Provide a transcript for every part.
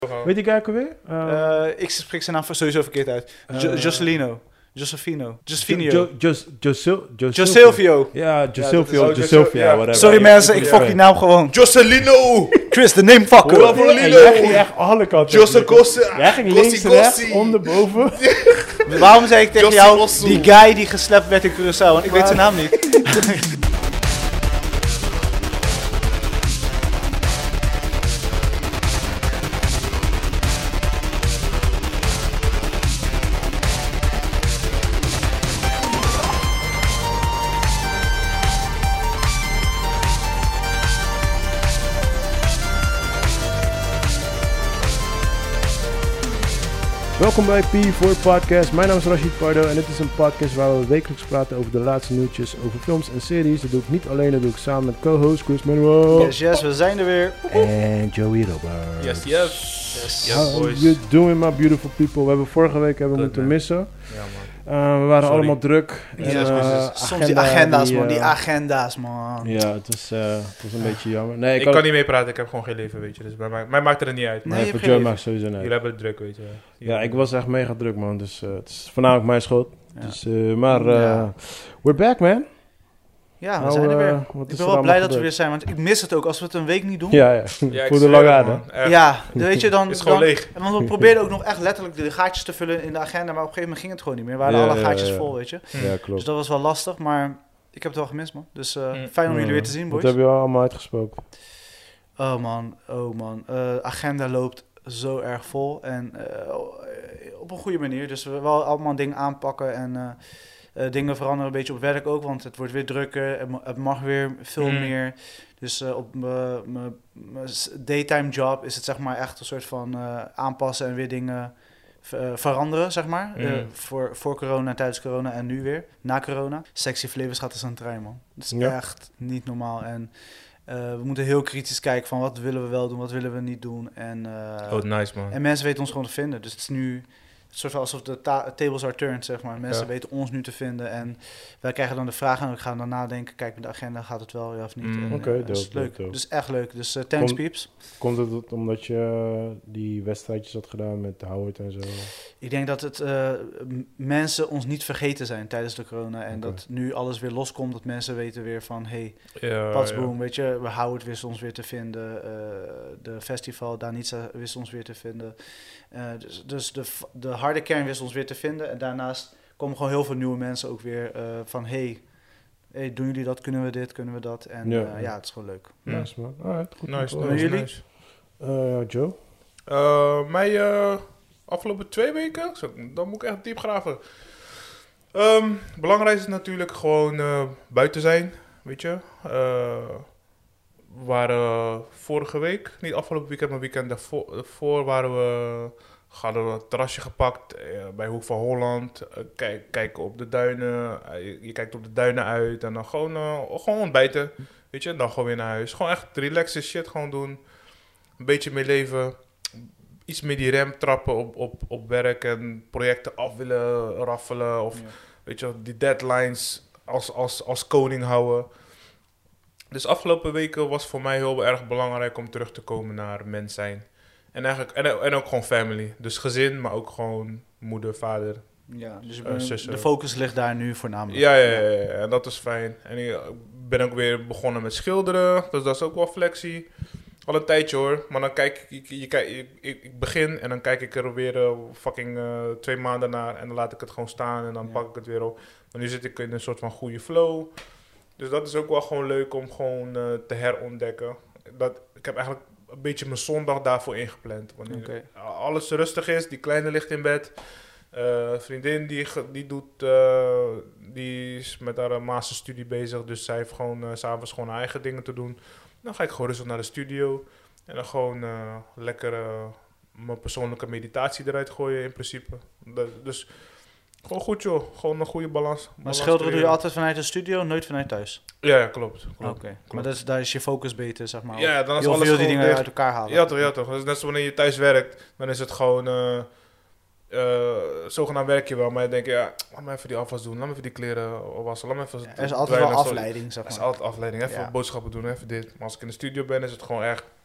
Weet die guy ook alweer? Ik spreek zijn naam sowieso verkeerd uit. Jocelino. Josephino. Josilvio. Ja, Josilvia, whatever. Sorry mensen, ik fok die naam gewoon. Jocelino! Chris, de namefucker. Jij ging echt alle kanten. Josse. Jij ging links, rechts, onder, boven. Waarom zei ik tegen jou, die guy die geslept werd in Curaçao? Want ik weet zijn naam niet. Welkom bij P4 Podcast. Mijn naam is Rashid Pardo en dit is een podcast waar we wekelijks praten over de laatste nieuwtjes over films en series. Dat doe ik niet alleen, dat doe ik samen met co-host Chris Manuel. Yes, we zijn er weer. En Joey Roberts. Yes, How boys. you doing, my beautiful people? We hebben vorige week moeten missen. Ja, man. We waren allemaal druk. Soms die agenda's, man. Die agenda's, man. Ja, het was een beetje jammer. Nee, Ik kan niet mee praten, ik heb gewoon geen leven, weet je. Dus bij mij maakt het niet uit. Nee, voor Joe maakt sowieso niet uit. Jullie hebben het druk, weet je. Ja, ik was echt mega druk, man. Dus het is voornamelijk mijn schuld. Ja. Dus, we're back, man. Ja, we zijn er weer. Wat Ik is ben er wel blij allemaal dat we gebeurd? weer zijn, want ik mis het ook als we het een week niet doen. Ja. Ja, ik Voor de zweer lange het, adem. man. Echt. Ja, weet je, dan... Het is gewoon leeg. En want we probeerden ook nog echt letterlijk de gaatjes te vullen in de agenda, maar op een gegeven moment ging het gewoon niet meer. We hadden alle gaatjes vol, weet je. Ja, Dus klopt. dat was wel lastig, maar ik heb het wel gemist, man. Dus fijn om jullie weer te zien, boys. Wat hebben we allemaal uitgesproken? Oh man. Agenda loopt zo erg vol en op een goede manier. Dus we wel allemaal dingen aanpakken en dingen veranderen een beetje op werk ook, want het wordt weer drukker, het mag weer veel meer. Dus op mijn daytime job is het zeg maar echt een soort van aanpassen en weer dingen veranderen, zeg maar. Voor corona, tijdens corona en nu weer, na corona. Sexy Flavors gaat als een trein, man. Dat is echt niet normaal en... we moeten heel kritisch kijken van wat willen we wel doen, wat willen we niet doen. En, Nice, man. En mensen weten ons gewoon te vinden. Dus het is nu een soort van alsof de tables are turned, zeg maar. Mensen weten ons nu te vinden. En wij krijgen dan de vraag en we gaan dan nadenken. Kijk, met de agenda gaat het wel, ja of niet. Oké, dat is leuk. dope. Dus echt leuk. Dus thanks, peeps. Komt het omdat je die wedstrijdjes had gedaan met Howard en zo? Ik denk dat het mensen ons niet vergeten zijn tijdens de corona. En dat nu alles weer loskomt. Dat mensen weten weer van, hey, patsboom, weet je. Howard wist ons weer te vinden. De festival, Danitza wist ons weer te vinden. Dus de harde kern wist ons weer te vinden. En daarnaast komen gewoon heel veel nieuwe mensen ook weer van... Hey, doen jullie dat? Kunnen we dit? Kunnen we dat? En ja, het is gewoon leuk. Nice, man. Alright, goed. Nice. Jullie? Joe? Mij afgelopen 2 weken, dan moet ik echt diep graven. Belangrijk is natuurlijk gewoon buiten zijn, weet je. We waren vorige week, niet afgelopen weekend, maar weekend daarvoor hadden we het terrasje gepakt bij Hoek van Holland. Kijken op de duinen. Je kijkt op de duinen uit en dan gewoon ontbijten. Weet je, en dan gewoon weer naar huis. Gewoon echt relaxed shit gewoon doen. Een beetje mee leven. Iets meer die rem trappen op werk en projecten af willen raffelen. Of weet je, die deadlines als koning houden. Dus afgelopen weken was voor mij heel erg belangrijk om terug te komen naar mens zijn. En eigenlijk en ook gewoon family. Dus gezin, maar ook gewoon moeder, vader. Ja, dus de focus ligt daar nu voornamelijk. Ja, en dat is fijn. En ik ben ook weer begonnen met schilderen. Dus dat is ook wel flexie. Al een tijdje hoor. Maar dan kijk ik begin en dan kijk ik er weer 2 maanden naar. En dan laat ik het gewoon staan en dan pak ik het weer op. Maar nu zit ik in een soort van goede flow. Dus dat is ook wel gewoon leuk om gewoon te herontdekken. Ik heb eigenlijk een beetje mijn zondag daarvoor ingepland. Wanneer alles rustig is, die kleine ligt in bed. Vriendin die is met haar masterstudie bezig. Dus zij heeft gewoon 's avonds gewoon haar eigen dingen te doen. Dan ga ik gewoon rustig naar de studio. En dan gewoon lekker mijn persoonlijke meditatie eruit gooien in principe. Dus gewoon goed joh, gewoon een goede balans. Maar schilderen doe je altijd vanuit de studio, nooit vanuit thuis? Ja, klopt. Oké. Maar daar is je focus beter, zeg maar. Ja, dan is heel alles veel die gewoon dingen uit elkaar halen. Ja toch. Dus net zoals wanneer je thuis werkt, dan is het gewoon... zogenaamd werk je wel, maar je denkt, laat me even die afwas doen, laat me even die kleren wassen, laat me even... Er is altijd wel afleiding, zeg maar. Er is altijd afleiding, even boodschappen doen, even dit. Maar als ik in de studio ben, is het gewoon echt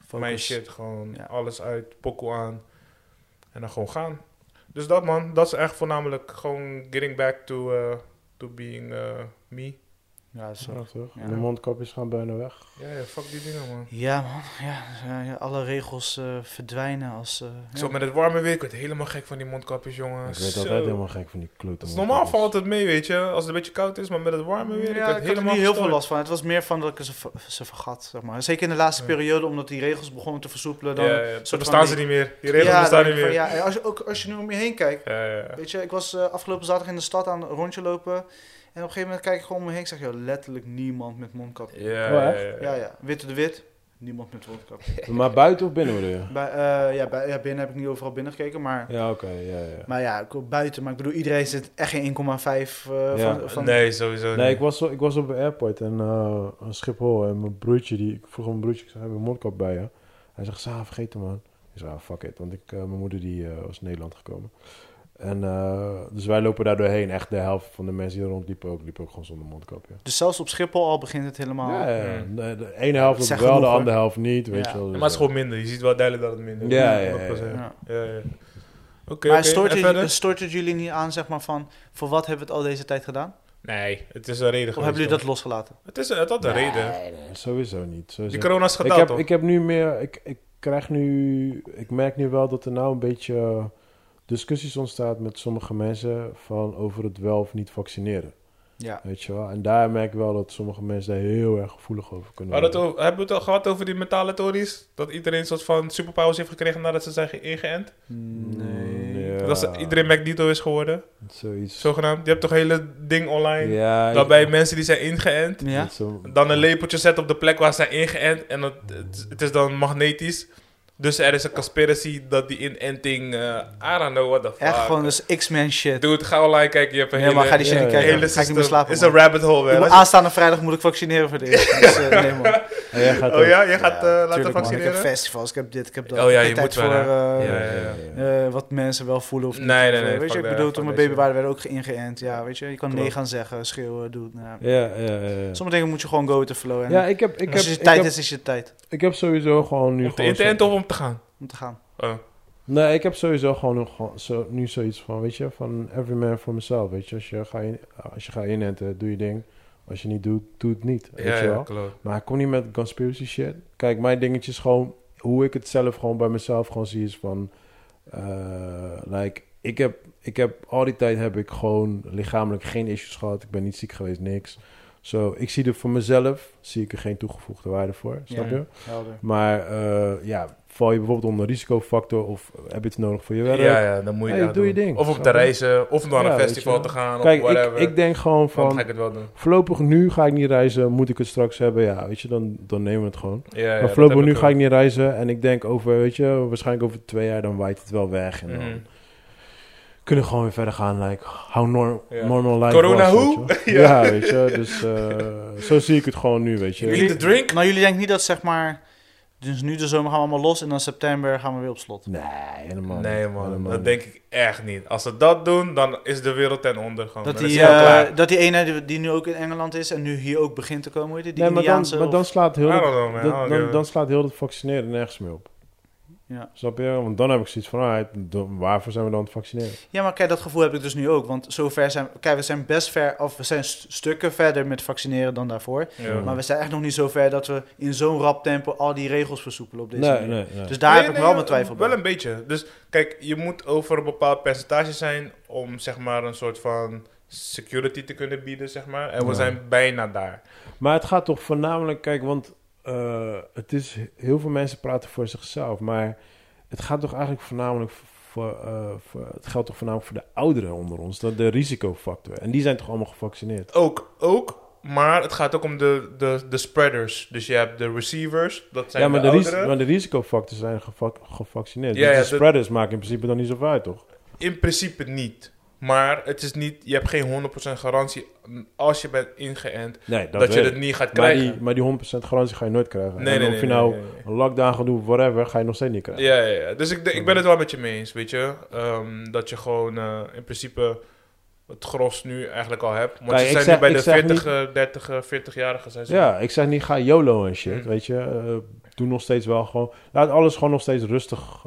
mijn shit. Gewoon Ja. alles uit, pokoe aan. En dan gewoon gaan. Dus dat man, dat is echt voornamelijk gewoon getting back to being me. Ja, zo. Ja, toch? Ja. En de mondkapjes gaan bijna weg. Ja, fuck die dingen man. Ja, man. Ja, alle regels verdwijnen als... Zo met het warme weer, ik word helemaal gek van die mondkapjes, jongen. Ik werd Zo. altijd helemaal gek van die klote Het is normaal valt het mee, weet je, als het een beetje koud is, maar met het warme weer, ik Ja, werd ik had er helemaal niet heel veel gestoord. last van. Het was meer van dat ik ze vergat, zeg maar. Zeker in de laatste periode, omdat die regels begonnen te versoepelen. Dan Ja, soort zo van bestaan ze die- niet meer. Die regels Ja, bestaan dan niet denk meer. ik van, ja, ook als je nu om je heen kijkt. Ja. Weet je, ik was afgelopen zaterdag in de stad aan een rondje lopen. En op een gegeven moment kijk ik gewoon om me heen. Ik zeg, joh, letterlijk niemand met mondkapje. Ja. Ja. Witte de Wit, niemand met mondkapje. Maar buiten of binnen bedoel je? Binnen heb ik niet overal binnen gekeken, maar... Ja, oké, ja. Maar ja, ik ook buiten. Maar ik bedoel, iedereen zit echt geen 1,5 Ja. van... Nee, sowieso niet. Nee, ik was op de airport en aan Schiphol en mijn broertje, ik vroeg aan mijn broertje, ik zei, heb je een mondkap bij je? Hij zegt, vergeet hem man. Ik zei, fuck it, want mijn moeder die was in Nederland gekomen. En dus wij lopen daar doorheen. Echt de helft van de mensen die er rondliepen liepen ook gewoon zonder mondkapje. Dus zelfs op Schiphol al begint het helemaal... Ja. Mm. De ene helft Zeg wel, genoeg, de hoor. andere helft niet, weet Ja. je wel. Ja, Dus, maar het is gewoon minder. Je ziet wel duidelijk dat het minder is. Ja. 100%. Ja. Ja. Oké, Maar oké. En verder? stoort het jullie niet aan, zeg maar, van... Voor wat hebben we het al deze tijd gedaan? Nee, het is een reden Of geweest, hebben jullie dat hoor. losgelaten? Het had een reden. Nee, sowieso niet. Sowieso. Die corona is gedaan, toch? Ik heb nu meer... Ik merk nu wel dat er nou een beetje discussies ontstaat met sommige mensen over het wel of niet vaccineren. Ja. Weet je wel? En daar merk ik wel dat sommige mensen daar heel erg gevoelig over kunnen worden. Hebben we het al gehad over die mentale tories? Dat iedereen een soort van superpowers heeft gekregen nadat ze zijn geïngeënt? Nee. Ja, Dat iedereen Magneto is geworden, zoiets. zogenaamd. Je hebt toch een hele ding online, Ja, waarbij mensen die zijn ingeënt, Ja? dan dan een lepeltje zetten op de plek waar ze zijn ingeënt en het is dan magnetisch. Dus er is een conspiracy dat die inenting, I don't know what the fuck. Echt gewoon dus X-Men shit. Dude, ga online kijken, je hebt een Nee, maar ga die shit ja, niet ja. kijken. hele Ga ik niet meer system. slapen, Het is een man. rabbit hole, Ik man. moet aanstaande vrijdag moet ik vaccineren voor de eerste. Dus, nee, man. En jij gaat Oh ook- ja, jij gaat laten tuurlijk, man. Ik vaccineren? heb festivals, ik heb dit, ik heb dat. Oh ja, Ik je heb moet tijd wel, voor hè? Ja. wat mensen wel voelen of niet. Nee, Of, nee, weet je, fuck ik that, bedoel, fuck toen mijn that baby shit. waren, werden ook geïngeënt. Ja, weet je, je kan nee Klopt. gaan zeggen, schreeuwen, doen. Ja. Ja. Sommige dingen moet je gewoon go with the flow. En Ja, ik heb als je tijd is, is je tijd ik heb sowieso gewoon nu Om te gewoon inenten of om te gaan? om te gaan. Oh. Nee, ik heb sowieso gewoon nu zoiets van, weet je, van every man for himself, weet je. Als je gaat inenten, doe je ding. Als je niet doet, doe het niet, weet je wel. klopt. Maar ik kom niet met conspiracy shit. Kijk, mijn dingetje is gewoon, hoe ik het zelf gewoon bij mezelf gewoon zie is van, ik heb al die tijd heb ik gewoon lichamelijk geen issues gehad. Ik ben niet ziek geweest, niks. Zo, ik zie er voor mezelf, zie ik er geen toegevoegde waarde voor, snap Ja. je? Helder. Maar val je bijvoorbeeld onder een risicofactor of heb je het nodig voor je werk? Ja, dan moet je Hey, dat doe je doen. ding, Of op snap te je? reizen, of naar Ja, een weet festival je. te gaan, Kijk, of whatever. ik denk gewoon Dan van, ga ik het wel doen. voorlopig nu ga ik niet reizen, moet ik het straks hebben? Ja, weet je, dan nemen we het gewoon. Ja, Maar dat voorlopig heb nu ik ga ook. ik niet reizen en ik denk over, weet je, waarschijnlijk over 2 jaar dan waait het wel weg en dan Mhm. kunnen we gewoon weer verder gaan, like, how Ja. normal life Corona was, hoe? weet je. Ja. Ja, weet je, dus zo zie ik het gewoon nu, weet je. You need the drink? Maar jullie denken niet dat, zeg maar... Dus nu de zomer gaan we allemaal los en dan september gaan we weer op slot. Nee, helemaal Nee niet. man, Helemaal dat niet. denk ik echt niet. Als ze dat doen, dan is de wereld ten onder gewoon. Dat Dan is die, het al klaar. dat die ene die nu ook in Engeland is en nu hier ook begint te komen, weet je, die Nee, maar Indiaanse... dan slaat heel I dat, don't know, man. dat- I don't dan, give a- dan slaat heel dat vaccineren nergens meer op. Ja. Snap je? Want dan heb ik zoiets van, waarvoor zijn we dan aan het vaccineren? Ja, maar kijk, dat gevoel heb ik dus nu ook. Want zover zijn... Kijk, we zijn best ver... Of we zijn stukken verder met vaccineren dan daarvoor. Ja. Maar we zijn echt nog niet zo ver dat we in zo'n rap tempo al die regels versoepelen op deze manier. Nee. Dus daar Nee, heb ik wel mijn twijfel bij. Wel een beetje. Dus kijk, je moet over een bepaald percentage zijn om zeg maar een soort van security te kunnen bieden, zeg maar. En we Ja. zijn bijna daar. Maar het gaat toch voornamelijk, kijk, want het is, heel veel mensen praten voor zichzelf, maar het gaat toch eigenlijk voornamelijk het geldt toch voornamelijk voor de ouderen onder ons, de risicofactor. En die zijn toch allemaal gevaccineerd? Ook. Maar het gaat ook om de spreaders. Dus je hebt de receivers, dat zijn Ja, maar de de ouderen. risicofactors zijn gevaccineerd. Ja, Dus ja, de spreaders maken in principe dan niet zoveel uit, toch? In principe niet. Maar het is niet, je hebt geen 100% garantie als je bent ingeënt Nee, dat je weet het ik. niet gaat Maar krijgen. die 100% garantie ga je nooit krijgen. Nee, En nee, of nee, je nee, nou nee, nee. een lockdown gaat doen, whatever, ga je nog steeds niet krijgen. Ja. Dus ik ben het wel met je mee eens, weet je. Dat je gewoon in principe het gros nu eigenlijk al hebt. Want Kijk, ze ik zijn zeg- nu ik bij de zeg 40, 30, 40-jarigen. Zijn ze. Ja, ik zeg niet ga YOLO en shit, Mm. weet je. Doe nog steeds wel gewoon... Laat alles gewoon nog steeds rustig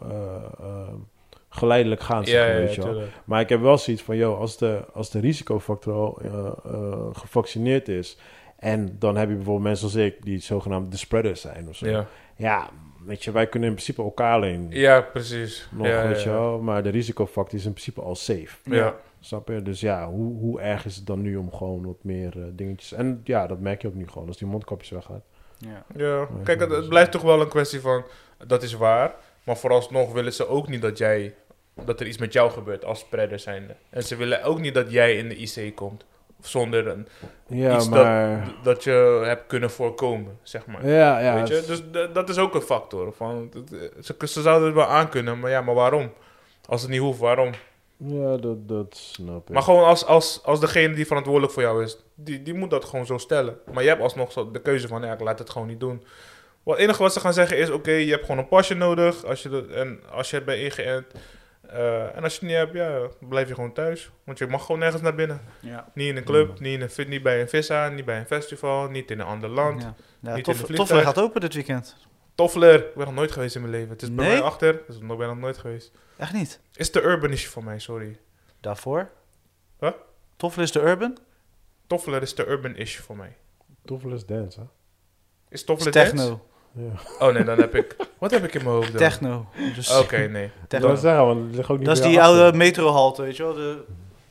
geleidelijk gaan, zeg maar, weet je wel. tuurlijk. Maar ik heb wel zoiets van, als de risicofactor al gevaccineerd is... en dan heb je bijvoorbeeld mensen als ik... die zogenaamd de spreaders zijn of zo. Ja, weet je, wij kunnen in principe elkaar alleen Ja, precies. nog, ja, weet je ja. wel. Maar de risicofactor is in principe al safe. Ja. Snap je? Dus ja, hoe erg is het dan nu om gewoon wat meer dingetjes... En ja, dat merk je ook nu gewoon, als die mondkapjes weggaan. Ja. Ja, kijk, het blijft toch wel een kwestie van, dat is waar, maar vooralsnog willen ze ook niet dat er iets met jou gebeurt als spreader zijnde. En ze willen ook niet dat jij in de IC komt, zonder Ja, iets maar... dat je hebt kunnen voorkomen, zeg maar. Ja, Weet je? Dus dat is ook een factor. Van, ze zouden het wel aankunnen, maar ja, maar waarom? Als het niet hoeft, waarom? Ja, dat snap ik. Maar gewoon als degene die verantwoordelijk voor jou is, die moet dat gewoon zo stellen. Maar je hebt alsnog de keuze van, ja, ik laat het gewoon niet doen. Het enige wat ze gaan zeggen is, oké, je hebt gewoon een pasje nodig. Als je het bent ingeënt. En als je het niet hebt, ja, blijf je gewoon thuis. Want je mag gewoon nergens naar binnen. Ja. Niet in een club, niet bij een vissa, niet bij een festival, niet in een ander land. Ja. Ja, Niet in een vliegtuig. Toffler gaat open dit weekend. Toffler, ik ben nog nooit geweest in mijn leven. Het is bij Nee? mij achter, dus ik ben nog nooit geweest. Echt niet. Is te urban issue voor mij, sorry. Daarvoor? Wat? Toffler is de urban? Toffler is te urban issue voor mij. Toffel is dance, hè? Is Is Toffler dance? techno. Ja. Oh nee, dan heb ik... Wat heb ik in mijn hoofd dan? Techno. Dus Oké, nee. Ik techno. wou zeggen, want het ligt ook niet Dat is bij die jou achter. oude metrohalte, weet je wel. De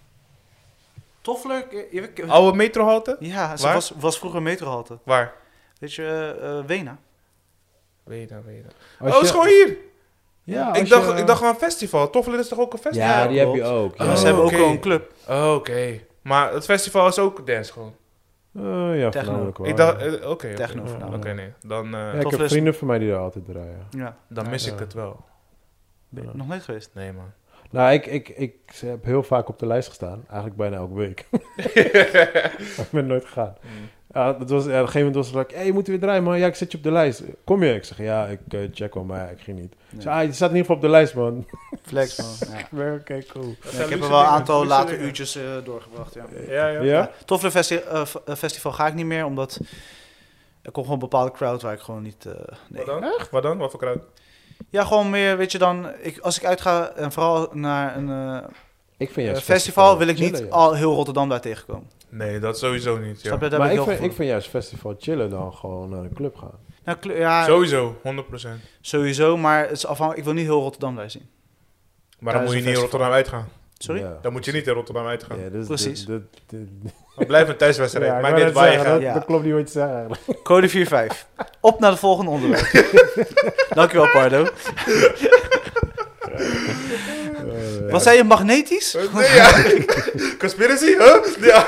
Toffler? Oude metrohalte? Ja, ze Waar? was vroeger een metrohalte. Waar? Weet je, Wena. Weet je. Als Oh, het is je- gewoon hier. Ja, Ik als dacht je- gewoon een festival. Toffler is toch ook een festival? Ja, Ja, die heb je klopt. ook. Ja, Ja, ze hebben ook oké. wel een club. Oh, oké. Maar het festival is ook dance gewoon. Ja, Techno. voornamelijk wel. Ik dacht... ja. Oké. Techno Oké, voornamelijk. nee. Dan, Ja, ik Toffel heb is- vrienden van mij die daar altijd draaien. Ja. dan mis Ja. ik het wel. Ben je nog nooit geweest? Nee, man. Nou, ik heb heel vaak op de lijst gestaan. Eigenlijk bijna elke week. Maar ik ben nooit gegaan. Ja, op een gegeven moment was het like, hey, je moet weer draaien, man. Ja, ik zet je op de lijst. Kom je? Ik zeg, ja, ik check wel, maar ja, ik ging niet. Nee. Ik zeg, je staat in ieder geval op de lijst, man. Flex, man. Ja. Ik ben oké, cool. Ja, ik heb er wel een aantal late uurtjes doorgebracht, ja. Ja. Ja? Toffler Festival ga ik niet meer, omdat er komt gewoon een bepaalde crowd waar ik gewoon niet... nee. Wat dan? Wat dan? Wat voor crowd? Ja, gewoon meer, weet je dan, als ik uitga en vooral naar een Ik vind juist festival, wil ik chillen, niet ja. al heel Rotterdam daar tegenkomen. Nee, dat sowieso niet. Ja. Snap je? Daar Maar ben ik heel vind, gevoelig. juist festival chillen dan gewoon naar een club gaan. Nou, ja, Sowieso, 100%. sowieso, maar het is afhankelijk. Ik wil niet heel Rotterdam daar zien. Maar dan Tijdens moet je een niet in festival. Rotterdam uitgaan. Sorry? Ja. Dan moet je niet in Rotterdam uitgaan. Ja, dus Precies. Dan blijf een thuiswedstrijd. Ja, ik Maakt wou niet net waar je zeggen, gaat. Ja. dat klopt niet wat je zegt eigenlijk. Code 4-5. Op naar het volgende onderwerp. Dankjewel, Pardo. Wat zei je, magnetisch? Nee, ja. Conspiracy, huh? Ja.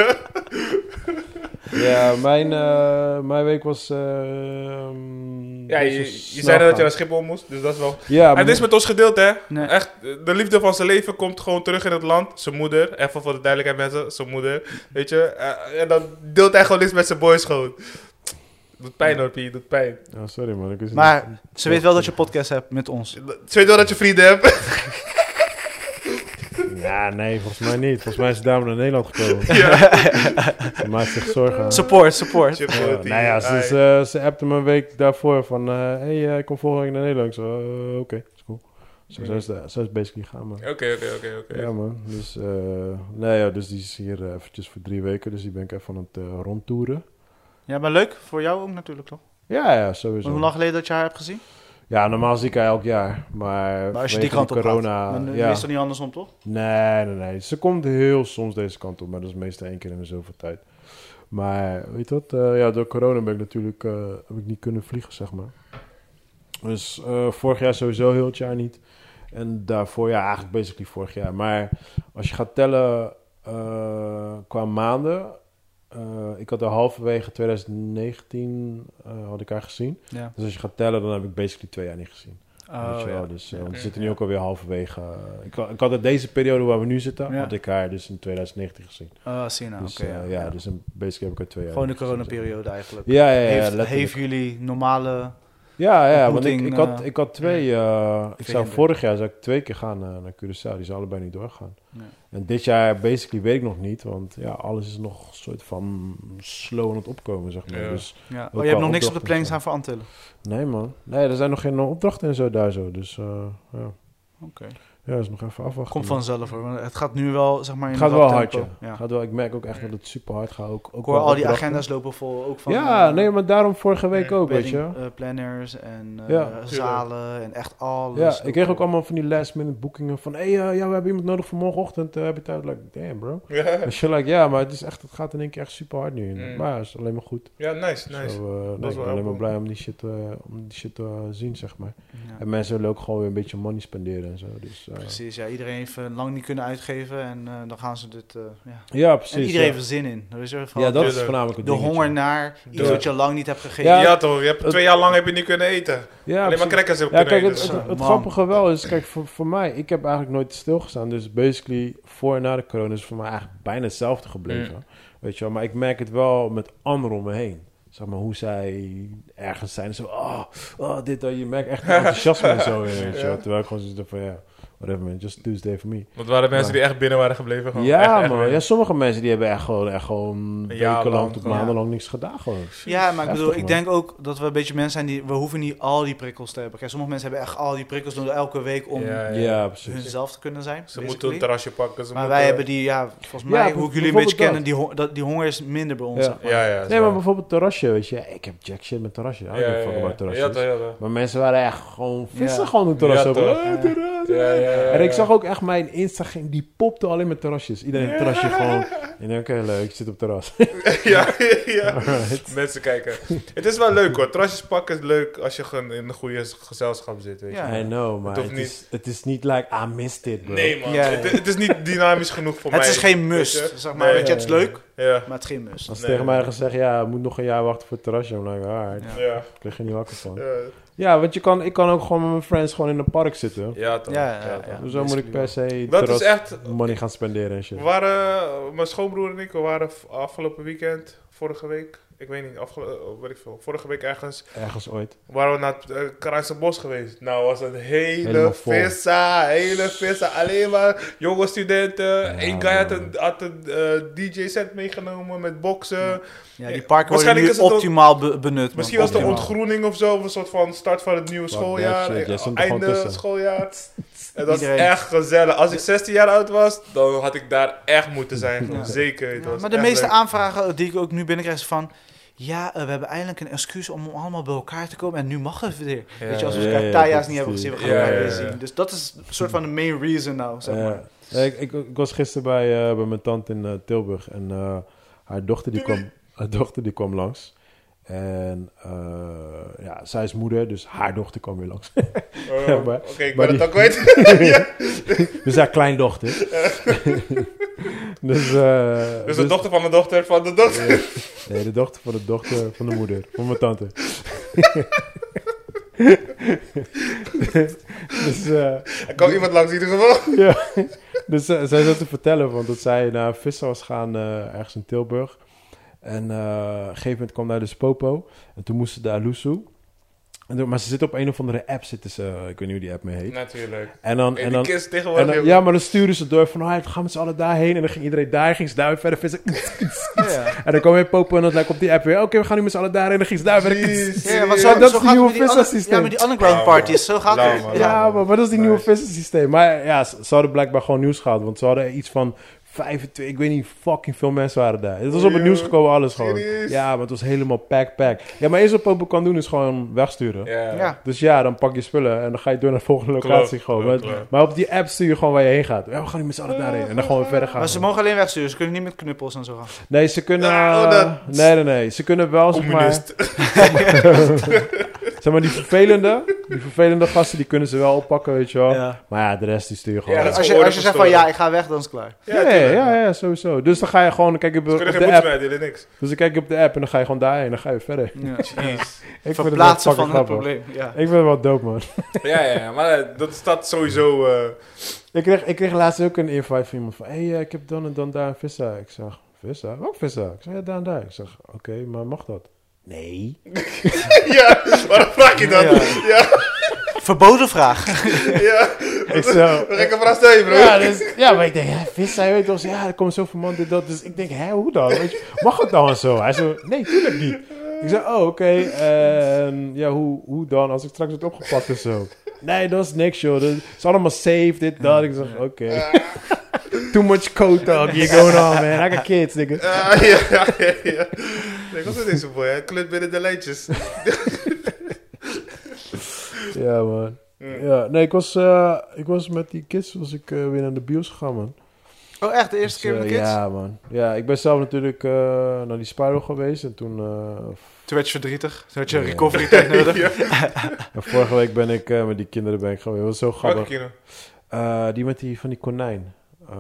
Ja, mijn week was... Ja, best je wel zei snel net dat je gaan. naar Schiphol moest, dus dat is wel... Ja, Hij maar- is met ons gedeeld, hè? Nee. Echt, de liefde van zijn leven komt gewoon terug in het land. Zijn moeder, even voor de duidelijkheid mensen, zijn moeder, weet je. En dan deelt hij gewoon niks met zijn boys gewoon. Doet pijn hoor, Pie, doet pijn. Oh, sorry man. Ik wist niet- Maar ze weet wel dat je podcast hebt met ons. Ze weet wel dat je vrienden hebt. Ja, nee, volgens mij niet. Volgens mij is ze daarom naar Nederland gekomen. Ja. Ze maakt zich zorgen. Support. Shit, Ja, hoor, die- nou ja, ai. ze appte me een week daarvoor van... hey, ik kom volgende week naar Nederland. Ik zo, oké, is cool. Zo is basically gaan, man. Oké. Ja, man. Dus, nee, ja, dus die is hier eventjes voor 3 weken. Dus die ben ik even aan het rondtoeren. Ja, maar leuk. Voor jou ook natuurlijk, toch? Ja, sowieso. Hoe lang geleden dat je haar hebt gezien? Ja, normaal zie ik haar elk jaar. Maar Maar als je die vanwege kant op corona... gaat, dan ja. is het niet andersom, toch? Nee. Ze komt heel soms deze kant op, maar dat is meestal 1 keer in de zoveel tijd. Maar weet je wat? Ja, door corona ben ik natuurlijk heb ik niet kunnen vliegen, zeg maar. Dus vorig jaar sowieso heel het jaar niet. En daarvoor, ja, eigenlijk basically vorig jaar. Maar als je gaat tellen qua maanden... ik had er halverwege 2019 had ik haar gezien. Ja. Dus als je gaat tellen, dan heb ik basically 2 jaar niet gezien. Weet je wel? ja. Dus Ja. want we zitten nu ook alweer halverwege. Ik had het deze periode waar we nu zitten, Ja. had ik haar dus in 2019 gezien. Zie je nou, Dus oké. ja, dus basically heb ik er 2 jaar. Gewoon de niet gezien. coronaperiode eigenlijk. Ja, Heeft letterlijk. jullie normale Ja, want ontmoeting, ik had 2... ik zou vorig jaar 2 keer gaan naar Curaçao. Die zijn allebei niet doorgaan. Ja. En dit jaar basically weet ik nog niet. Want ja, alles is nog een soort van slow aan het opkomen, zeg maar. Ja. Dus, Ja. Ook Oh, je hebt wel nog niks op de opdrachten planning en staan voor Antillen? nee, man. Nee, er zijn nog geen opdrachten en zo daar zo. Dus ja. Oké. Ja, is nog even afwachten. Komt man. vanzelf hoor. Want het gaat nu wel, zeg maar, in Het gaat een wel rap hard, tempo. ja. Gaat wel, ik merk ook echt dat het super hard gaat. Ook Ik hoor wel al die opdrachten. agenda's lopen vol. Ook van Ja, nee, maar daarom vorige week ook, weet je. wedding, planners en Ja. zalen en echt alles. Ja, ik kreeg ook allemaal van die last minute boekingen van... Hé, ja, we hebben iemand nodig voor morgenochtend. Heb je tijd? Like, damn, bro. Ja. Dus je like, ja, maar het gaat in één keer echt super hard nu. Maar ja, het is alleen maar goed. Ja, nice. Zo, Dat is ik wel ben alleen maar helpful. blij om die shit te zien, zeg maar. Ja. En mensen willen ook gewoon weer een beetje money spenderen en zo. Dus, Precies, ja. Iedereen heeft lang niet kunnen uitgeven en dan gaan ze dit... ja. ja, precies. En iedereen ja. heeft er zin in. Er is er Ja, dat is Tuurlijk. voornamelijk het de dingetje. honger naar iets Ja. wat je lang niet hebt gegeten. Ja, Ja, toch. Je hebt 2 jaar lang heb je niet kunnen eten. Ja, Alleen maar precies. crackers heb Ja, kunnen kijk, eten. het Man. grappige wel is, kijk, voor mij, ik heb eigenlijk nooit stilgestaan. Dus basically, voor en na de corona is voor mij eigenlijk bijna hetzelfde gebleven. Weet je wel, maar ik merk het wel met anderen om me heen. Zeg maar, hoe zij ergens zijn. Zo, dit, dat. Je merkt echt enthousiasme en zo. Weet je wel. Terwijl ik gewoon zoiets van, ja, whatever man, just Tuesday for me. Want waren mensen Ja. die echt binnen waren gebleven? Gewoon Ja, echt man. binnen. Ja, sommige mensen die hebben echt gewoon Een jaar wekenlang lang, tot gewoon. maandenlang niks gedaan. Gewoon. Ja, maar ik bedoel, Heftig, ik man. denk ook dat we een beetje mensen zijn die... We hoeven niet al die prikkels te hebben. Kijk, sommige mensen hebben echt al die prikkels nodig elke week om Ja, precies. hunzelf te kunnen zijn. Ze moeten basically. een terrasje pakken. Ze Maar moeten- wij hebben die, ja, volgens Ja, mij, hoe ik jullie een beetje bijvoorbeeld kennen, die honger is minder bij ons. Ja. zeg maar. Ja, ja. Nee, maar bijvoorbeeld terrasje, weet je. Ik heb jack shit met terrasje. Ja, Ik heb fucking about terrasjes. ja, toch, ja, toch. Maar mensen waren echt gewoon vissen Ja. gewoon op het terras. Ja, Zo, toch. terras. Ja, ja, ja, En ik ja. zag ook echt mijn Insta, die popte alleen met terrasjes. Iedereen op het terrasje gewoon. En dan, oké, leuk, je zit op het terras. Ja, ja. Alright. Mensen kijken. Het is wel leuk hoor. Terrasjes pakken is leuk als je gewoon in een goede gezelschap zit. Weet je. Ja. I know, maar hoeft het is niet like, I missed it, bro. Nee man, Ja, ja. Het is niet dynamisch genoeg voor mij. Het is geen weet must, je. zeg maar. Nee. Weet je, het is leuk, Ja, maar het is geen must. Als ze Nee. tegen mij gezegd, ja, je moet nog een jaar wachten voor het terrasje. I'm like, alright. Ja. ja. Ik lig er niet wakker van. Ja, Ja, want ik kan ook gewoon met mijn friends gewoon in een park zitten. ja toch. Ja, toch. ja. Dus dan moet ik per se Dat terras is echt... money gaan spenderen en shit. We waren, mijn schoonbroer en ik, we waren afgelopen weekend, vorige week, ik weet niet, weet ik veel, vorige week ergens, Ergens ooit. waren we naar het Karijnse Bos geweest. Nou was het Helemaal hele vol. vissa, alleen maar jonge studenten. Eén guy man. had een DJ-set meegenomen met boksen. Ja, die parken worden Waarschijnlijk nu is het ook- optimaal benut. man. Misschien was het een Optimaal. ontgroening of zo, of een soort van start van het nieuwe Fuck schooljaar. that shit, jij stond er gewoon Einde tussen. schooljaar. Het was Iedereen. echt gezellig. Als ik 16 jaar oud was, dan had ik daar echt moeten zijn. Gewoon Ja. zeker. Het Ja, was maar de echt meeste leuk. aanvragen die ik ook nu binnenkrijg is van... Ja, we hebben eindelijk een excuus om allemaal bij elkaar te komen. En nu mag het weer. Ja, Weet je, als we ja, elkaar ja, Taja's dat niet is hebben die- gezien, we gaan ja, elkaar ja, weer ja. zien. Dus dat is een soort van de main reason nou, zeg maar. Ja, ik was gisteren bij mijn tante in Tilburg en haar dochter die kwam langs. En ja, zij is moeder, dus haar dochter kwam weer langs. Ja, maar- Oké, ik maar ben het die- al kwijt. Ja. Dus haar kleindochter. dus Dus de dochter van de dochter van de dochter. nee, de dochter van de moeder, van mijn tante. dus Er kwam iemand langs in ieder geval. ja, dus zij zat te vertellen van dat zij naar vissen was gaan ergens in Tilburg. En op een gegeven moment kwam daar dus Popo. En toen moesten ze daar Loesoe. Maar ze zitten op een of andere app, zitten ze, ik weet niet hoe die app mee heet. Natuurlijk. En dan, En en die dan, kids en tegenwoordig. dan, ja, maar dan sturen ze door van, we gaan met z'n allen daarheen. En dan ging iedereen daar, ging ze daar weer verder vissen. Ja. En dan kwam weer Popo en dan lijkt op die app weer, oké, we gaan nu met z'n allen daarheen. En dan ging ze daar verder. Jeez. Ja, want Ja, zo, dat zo is gaat nieuwe het met die vissensysteem. ja, met die underground parties. Zo gaat Lauw, het. man. Ja, maar dat is die nieuwe Nice. vissensysteem. Maar ja, ze hadden blijkbaar gewoon nieuws gehad. Want ze hadden iets van 25, ik weet niet, fucking veel mensen waren daar. Het was op het nieuws gekomen, alles gewoon. Serieus? Ja, maar het was helemaal pack. Ja, maar eerst wat Popo kan doen is gewoon wegsturen. Ja. Ja. Dus ja, dan pak je spullen en dan ga je door naar de volgende locatie Klopt, gewoon. klopt, Maar, klopt. maar op die app stuur je gewoon waar je heen gaat. Ja, we gaan nu met z'n allen daarheen. En dan gewoon weer verder gaan. Maar ze mogen alleen wegsturen. Ze kunnen niet met knuppels en zo gaan. Nee, ze kunnen... Nou, dat- Nee. Ze kunnen wel, zeg maar... Communist. Zeg maar, die vervelende gasten, die kunnen ze wel oppakken, weet je wel. Ja. Maar ja, de rest die stuur je gewoon. Ja, weg. dat is Als je zegt van verstoren. ja, ik ga weg, dan is het klaar. Ja, sowieso. Dus dan ga je gewoon kijken op Ze kunnen de geen moeite app. meer delen, niks. Dus dan kijk je op de app en dan ga je gewoon daarheen en dan ga je verder. Ja. Jeez. Ik vind het wel Verplaatsen van fucking het grappig. probleem. Ja. Ik vind het wel dope, man. Ja, maar dat staat sowieso... Ik kreeg laatst ook een invite van iemand van... Hey, ik heb dan en dan daar een vissa. Ik zeg, vissa? Welke vissa? Ik zeg, ja, daar en daar. Ik zeg, oké, maar mag dat? Nee. Ja, waarom vraag je dat? Ja. Verboden vraag. Ja. Ik zo... Gekke vraag stel je, bro. Ja, maar ik denk, vis, hij weet toch, ja, er komt zoveel man dit, dat. Dus ik denk, hoe dan? Weet je, mag het dan zo? Hij zo, nee, tuurlijk niet. Ik zei, oké. Ja, hoe dan? Als ik straks word opgepakt en zo. Nee, dat is niks, joh. Dat is allemaal safe, dit, dat. Ik zeg, oké. Too much code talk here going on, man. I got kids, nigga. Ja. Ik was het niet zo voor, hè. Klut binnen de lijntjes. Ja, man. Ja, nee, ik was met die kids, weer naar de bios gegaan, man. Oh, echt? De eerste keer met de kids? Ja, man. Ja, ik ben zelf natuurlijk naar die Spiral geweest en toen... Toen werd je verdrietig. Toen had je een recovery tijd nodig. En vorige week ben ik met die kinderen geweest. Dat was zo grappig. Welke kino? Die met van die konijn.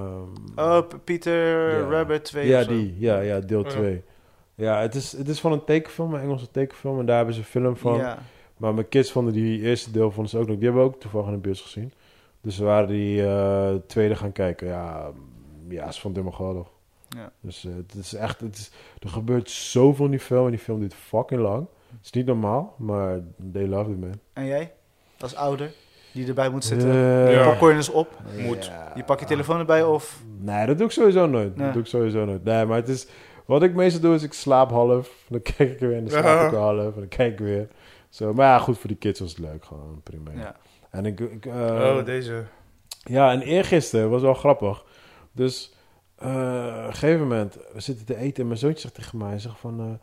Peter Rabbit 2 Ja, of zo. die. Ja, deel 2. Ja, het is van een tekenfilm, een Engelse tekenfilm. En daar hebben ze een film van. Ja. Maar mijn kids vonden die eerste deel vonden ze ook nog. Die hebben we ook toevallig in de bus gezien. Dus we waren die tweede gaan kijken. Ja, ze vonden het helemaal geweldig. Ja. Dus het is echt... er gebeurt zoveel in die film. En die film duurt fucking lang. Het is niet normaal, maar they love it, man. En jij? Als ouder? Die erbij moet zitten. Ja. Popcorn is op. Moet. Ja. Je pakt je telefoon erbij of... Nee, dat doe ik sowieso nooit. Nee, maar het is... Wat ik meestal doe is ik slaap half. Dan kijk ik weer en dan slaap ik weer half. En dan kijk ik weer. Zo, maar ja, goed, voor die kids was het leuk. Gewoon prima. Ja. En Deze. Ja, en eergisteren was wel grappig. Dus op een gegeven moment, we zitten te eten en mijn zoontje zegt tegen mij, hij zegt van,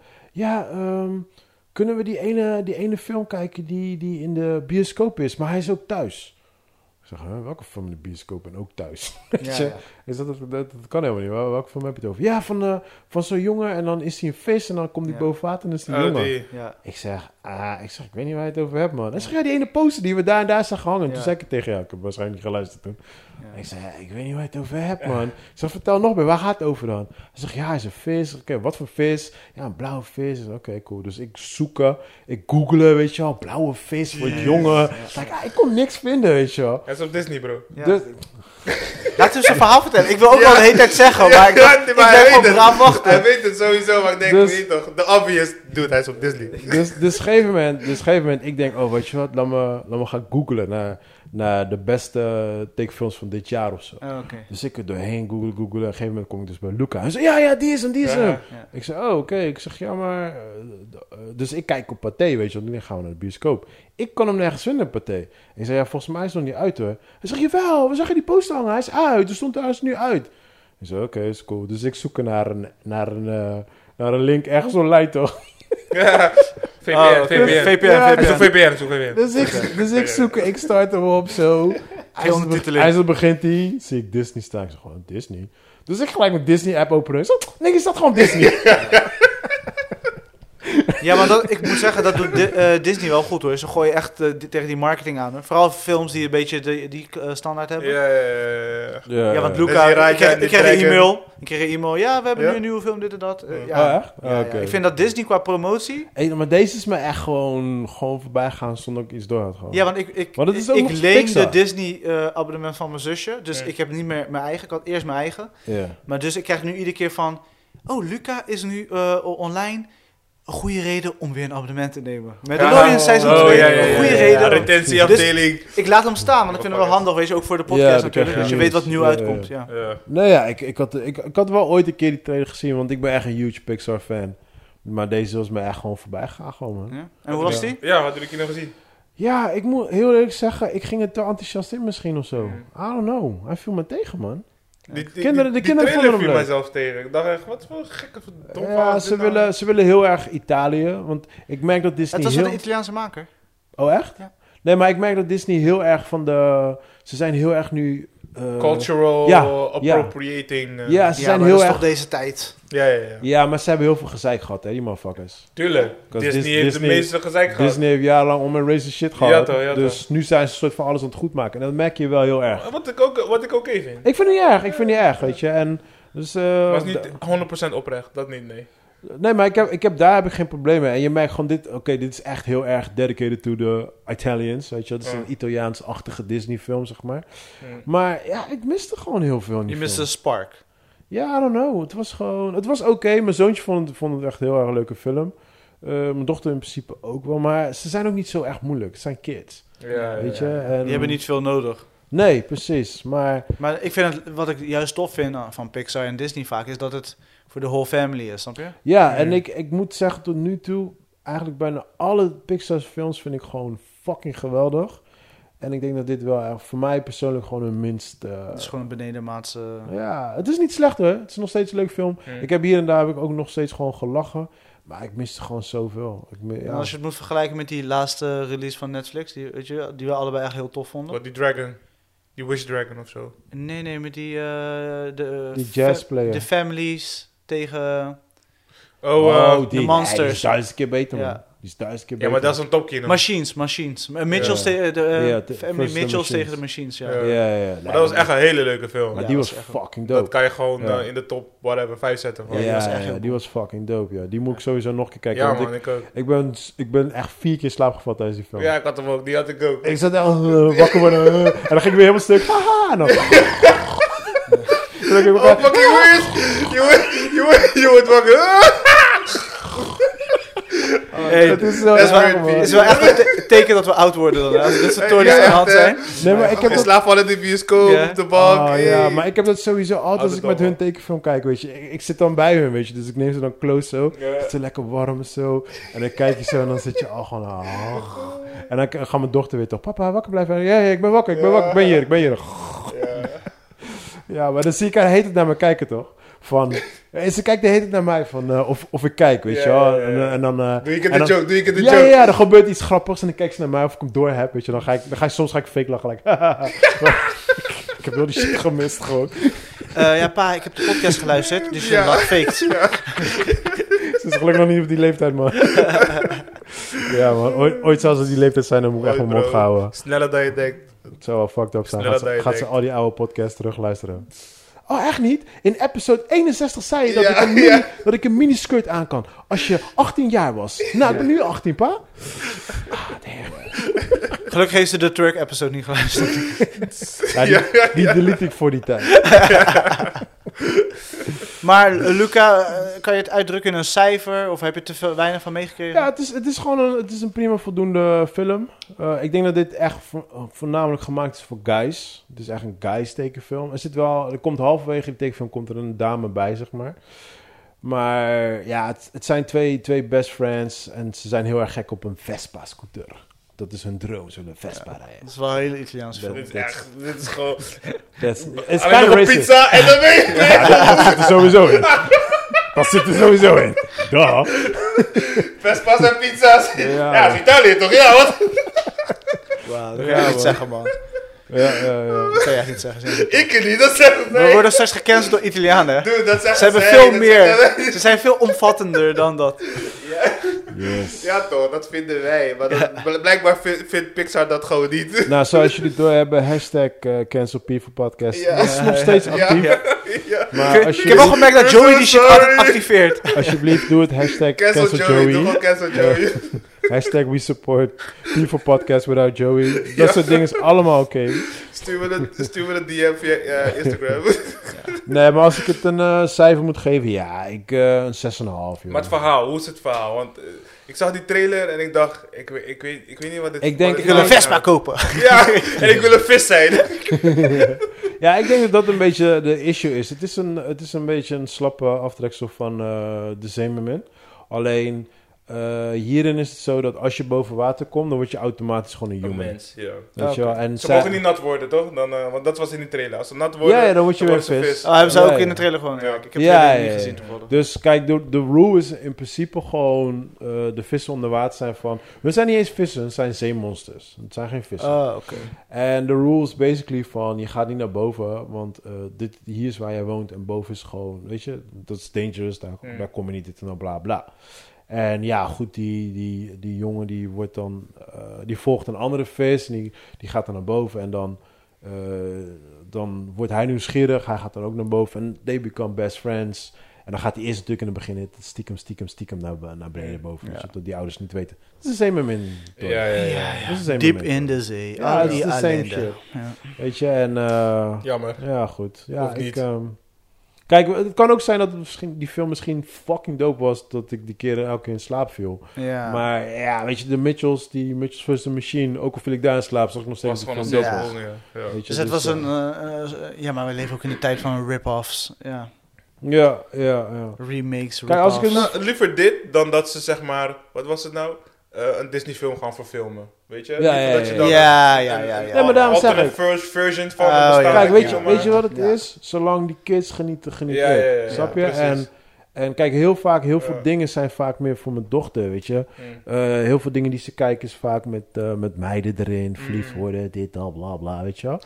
kunnen we die ene film kijken die in de bioscoop is, maar hij is ook thuis. Ik zeg, welke film in de bioscoop en ook thuis? Ja. Is dat kan helemaal niet. Welke film heb je het over? Ja, van zo'n jongen en dan is hij een vis en dan komt hij boven water en is hij jongen. Ja. Ik zeg, ik weet niet waar je het over hebt, man. Hij zegt, ja, die ene poster die we daar en daar zag hangen. Ja. Toen zei ik het tegen jou. Ik heb waarschijnlijk niet geluisterd toen. Ja. Ik zei, ik weet niet waar je het over hebt, man. Ik zeg, vertel nog meer, waar gaat het over dan? Hij zegt, ja, hij is een vis. Oké, wat voor vis? Ja, een blauwe vis. Oké, cool. Dus ik zoeken, ik googelen, weet je wel. Blauwe vis voor het jongen. Ik kon niks vinden, weet je wel. Het is op Disney, bro. Ja. Dus, Laat hem zijn verhaal vertellen. Ik wil ook wel de hele tijd zeggen, maar ik hij blijf weet gewoon het. braaf wachten. Hij weet het sowieso, maar ik denk, Dus- weet je toch, de obvious, dude, hij is op Disney. dus op een gegeven moment, ik denk, weet je wat, laat me gaan googlen naar de beste tekenfilms van dit jaar of zo. Oké. Dus ik er doorheen googelen. Op een gegeven moment kom ik dus bij Luca. Hij zei, ja, die is hem. Ja. Ik zei, oké. Ik zeg, ja, maar... dus ik kijk op Pathé, weet je, want dan gaan we naar de bioscoop. Ik kon hem nergens vinden, Pathé. Ik zei, ja, volgens mij is het nog niet uit, hoor. Hij zegt, jawel, we zagen die poster hangen. Hij is uit. Hij is nu uit. Ik zei, oké, is cool. Dus ik zoek naar een link ergens online, toch? Ja. VPN. Ja, Zoek VPN. Dus ik zoek, ik start hem op zo. Geen ondertiteling. Hij begint die, zie ik Disney staan. Ik zeg gewoon Disney. Dus ik gelijk mijn Disney app openen. Ik zeg, nee, is dat gewoon Disney? Ja, maar ik moet zeggen, dat doet Disney wel goed hoor. Ze gooien echt tegen die marketing aan. Hoor. Vooral films die een beetje die standaard hebben. Ja, want Luca, ik kreeg een e-mail. Ja, we hebben nu een nieuwe film, dit en dat. Oh, echt? Ja. Ik vind dat Disney qua promotie... Hey, maar deze is me echt gewoon voorbij gaan zonder ik iets door had gehad. Ja, want Maar dat is ook ik nog leen Pixar. de Disney abonnement van mijn zusje. Dus ik heb niet meer mijn eigen. Ik had eerst mijn eigen. Ja. Maar dus ik krijg nu iedere keer van... Oh, Luca is nu online... Een goede reden om weer een abonnement te nemen. Met de Mandalorian seizoen 2. Een goede reden. Retentieafdeling. Dus ik laat hem staan, want ik vind het wel handig. Weet je, ook voor de podcast natuurlijk. Dus je weet wat nieuw uitkomt. Ja. Nou ja, ik had wel ooit een keer die trailer gezien, want ik ben echt een huge Pixar fan. Maar deze was me echt gewoon voorbij gegaan, gewoon, man. Ja. En hoe was die? Ja, wat heb ik nog gezien? Ja, ik moet heel eerlijk zeggen, ik ging er te enthousiast in misschien of zo. I don't know. Hij viel me tegen, man. Die kinderen trailer vonden hem viel leuk. mijzelf tegen. Ik dacht echt, wat voor een gekke verdomme. Ja, ze willen heel erg Italië, want ik merk dat Disney Het was heel... een Italiaanse maker. Oh, echt? Ja. Nee, maar ik merk dat Disney heel erg van de... Ze zijn heel erg nu... Cultural appropriating. Ja, ze zijn maar heel dat is erg... toch deze tijd. Ja. Ja, maar ze hebben heel veel gezeik gehad, hè, die motherfuckers. Tuurlijk. Disney heeft de meeste gezeik gehad. Disney heeft jarenlang om een racist shit gehad. Ja, dus nu zijn ze een soort van alles aan het goed maken. En dat merk je wel heel erg. Wat ik ook even vind. Ik vind het niet erg, weet je. En dus, Maar het is niet 100% oprecht, dat niet, nee. Nee, maar daar heb ik geen probleem mee. En je merkt gewoon dit is echt heel erg dedicated to the Italians, weet je. Dat is een Italiaans-achtige Disney film, zeg maar. Maar ja, ik miste gewoon heel veel in die Je miste film. Spark. Ja, I don't know. Het was oké. Mijn zoontje vond het echt een heel erg leuke film. Mijn dochter in principe ook wel. Maar ze zijn ook niet zo erg moeilijk. Het zijn kids. Weet je? En, Die hebben niet veel nodig. Nee, precies. Maar Maar ik vind wat ik juist tof vind van Pixar en Disney vaak, is dat het voor de whole family is, snap je? ja, en ik moet zeggen tot nu toe, eigenlijk bijna alle Pixar films vind ik gewoon fucking geweldig. En ik denk dat dit wel echt voor mij persoonlijk gewoon een minst... Het is gewoon een benedenmaatse... Ja, het is niet slecht hoor. Het is nog steeds een leuk film. Ik heb hier en daar heb ik ook nog steeds gewoon gelachen. Maar ik miste gewoon zoveel. En als je het moet vergelijken met die laatste release van Netflix, die we allebei echt heel tof vonden. Wat, die Dragon? Die Wish Dragon of zo? Nee, met die... die jazzplayer. De families tegen... die Monsters. Die is 1000 keer beter, man. Ja. Die is 1000 keer Ja, beter. maar dat is een topkino. Machines. Mitchells tegen de family first Mitchells the tegen de Machines, ja. Ja. Maar dat was echt een hele leuke film. Maar Ja, die dat was is echt fucking dope. Dat kan je gewoon Ja. in de top, whatever, 5 zetten. Ja, die was echt heel die cool. was fucking dope, ja. Die moet ik sowieso nog een keer kijken. Ja, want man, ik ook. ik ben echt 4 keer slaapgevat tijdens die film. Ja, ik had hem ook. Die had ik ook. Ik zat echt wakker worden. En dan ging ik weer helemaal stuk. Haha. En dan... Oh, fucking weird! Je wordt wakker. Hey, het is wel dat is erg, weird, man. Piet. het is wel echt een teken dat we oud worden dan. Hè? Als dit soort tories Ja, aan de hand echt, zijn. Nee, maar ik heb In dat... slaap vallen in de bioscoop, Ja. op de bank. Ja, hey. maar ik heb dat sowieso altijd als ik met hun allemaal. tekenfilm kijk, weet je. Ik zit dan bij hun, weet je. Dus ik neem ze dan close zo. Ja. Het is lekker warm zo. En dan kijk je zo en dan zit je al gewoon... En dan gaat mijn dochter weer toch... Papa, wakker blijven? Ja, ik ben wakker, ik ben hier. Ja, maar dan zie ik haar de hele tijd naar me kijken, toch? Van... En ze kijkt de hele tijd naar mij van of ik kijk, weet je wel. En dan... Doe ik het de joke, Ja, dan gebeurt iets grappigs en dan kijkt ze naar mij of ik hem door heb, weet je. Dan ga ik soms fake lachen, like, ik heb heel die shit gemist gewoon. Ja, pa, ik heb de podcast geluisterd, dus je Ja. lacht faked. Ze is gelukkig nog niet op die leeftijd, man. Ja, man. Ooit zal ze die leeftijd zijn, dan moet ik echt mijn mond houden. Sneller dan je denkt. Het zou wel fucked up zijn. Sneller dan je Gaat ze denkt. al die oude podcasts terugluisteren. Oh, echt niet? In episode 61 zei je dat, Ja, dat ik een miniskirt aan kan. Als je 18 jaar was. Nou, ik ben nu 18, pa. Gelukkig heeft ze de Turk episode niet geluisterd. Ja, die delete ik voor die tijd. Maar Luca, kan je het uitdrukken in een cijfer? Of heb je te weinig van meegekregen? Ja, het is gewoon een prima voldoende film. Ik denk dat dit echt voornamelijk gemaakt is voor guys. Het is echt een guys tekenfilm. Er komt halverwege die tekenfilm komt er een dame bij, zeg maar. Maar ja, het zijn twee best friends. En ze zijn heel erg gek op een Vespa-scooter. Dat is hun droom, zo'n Vespa rijden. Dat is wel een hele Italiaanse film. Dit is gewoon... It's Alleen kind of nog een racist. pizza en dan ben je... Ja, dat zit er sowieso in. Dat zit er sowieso in. Duh. Vespa's en pizza's. Ja. Ja, dat is Italië toch? Ja, wat? Wauw, dat kan je echt niet zeggen, man. Ja. Dat kan je echt niet zeggen. Zeg niet. Ik niet, dat zeggen ze. We worden straks gecanceld door Italianen, hè? Dude, dat zeggen Ze hebben ze, veel dat meer. zeggen Ze zijn veel omvattender dan dat. Yes. Ja toch, dat vinden wij. Maar blijkbaar vindt Pixar dat gewoon niet. Nou, zoals jullie doorhebben, hashtag Cancel P voor podcast. Ja. Dat is nog steeds actief. Ja. Maar als Ik heb wel je, gemerkt dat Joey die shit altijd activeert. alsjeblieft, doe het. Hashtag Cancel Joey, doe Joey. gewoon cancel Joey. Hashtag we support P voor podcast without Joey. Dat soort dingen is allemaal oké. Stuur me een DM via Instagram. Nee, maar als ik het een cijfer moet geven, ja, een 6,5. Joh. Maar het verhaal, hoe is het verhaal? Want ik zag die trailer en ik dacht, ik weet niet wat dit Ik denk- wat Ik dit wil een is. Vespa kopen. Ja, en ik wil een vis zijn. Ja, ik denk dat dat een beetje de issue is. Het is een beetje een slappe aftreksel van de Zemermin. Alleen, hierin is het zo dat als je boven water komt, dan word je automatisch gewoon een Een human. mens, ja. Weet je wel? En Ze mogen niet nat worden, toch? Dan, want dat was in die trailer. Als ze nat worden, Ja, dan word je weer worden ze vis. Oh, hebben ze Ja, ook ja. in de trailer gewoon. Ja, ik heb de Ja, trailer ja, niet ja. gezien toevallig. Dus kijk, de rule is in principe gewoon de vissen onder water zijn van... We zijn niet eens vissen, het zijn zeemonsters. Het zijn geen vissen. Oh, oké. En de rule is basically van, je gaat niet naar boven, want hier is waar jij woont en boven is gewoon, weet je, dat is dangerous, daar kom je niet dit en bla bla. En ja, goed, die jongen die wordt dan, die volgt een andere vis en die gaat dan naar boven en dan wordt hij nieuwsgierig, hij gaat dan ook naar boven en they become best friends. En dan gaat hij eerst natuurlijk in het begin stiekem naar beneden boven, Ja. zodat die ouders niet weten. Het is een zeemermin. Ja. Dat is een Diep zeemermin. in de zee. Ja, al het is die de same ellende. shit. Ja. Weet je, en Jammer. ja, goed. Ja, Of niet. ik Kijk, het kan ook zijn dat die film misschien fucking dope was, dat ik die keer elke keer in slaap viel. Ja. Maar ja, weet je, de Mitchells vs. The Machine, ook al viel ik daar in slaap, zag ik nog Het was steeds gewoon die een film Ja. dope. dope film, ja. Weet je, Dus het was eh, ja, maar we leven ook in de tijd van rip-offs. Ja. Ja. Remakes, Kijk, als ik rip-offs. Nou, liever dit dan dat ze zeg maar, wat was het nou? Een Disney film gaan verfilmen. Weet je? Ja, Liever ja, dat je ja. dan Ja, een- ja, een- ja, een ja. Ja, maar daarom zeg alternate ik. version van Oh, een bestaande ja. Kijk, weet film, je, weet je wat het Ja. is? Zolang die kids genieten. Ja, Snap je? precies. En kijk, heel veel Ja. dingen zijn vaak meer voor mijn dochter, weet je. Heel veel dingen die ze kijken is vaak met meiden erin, verliefd worden, dit, dat, bla, bla, weet je wel.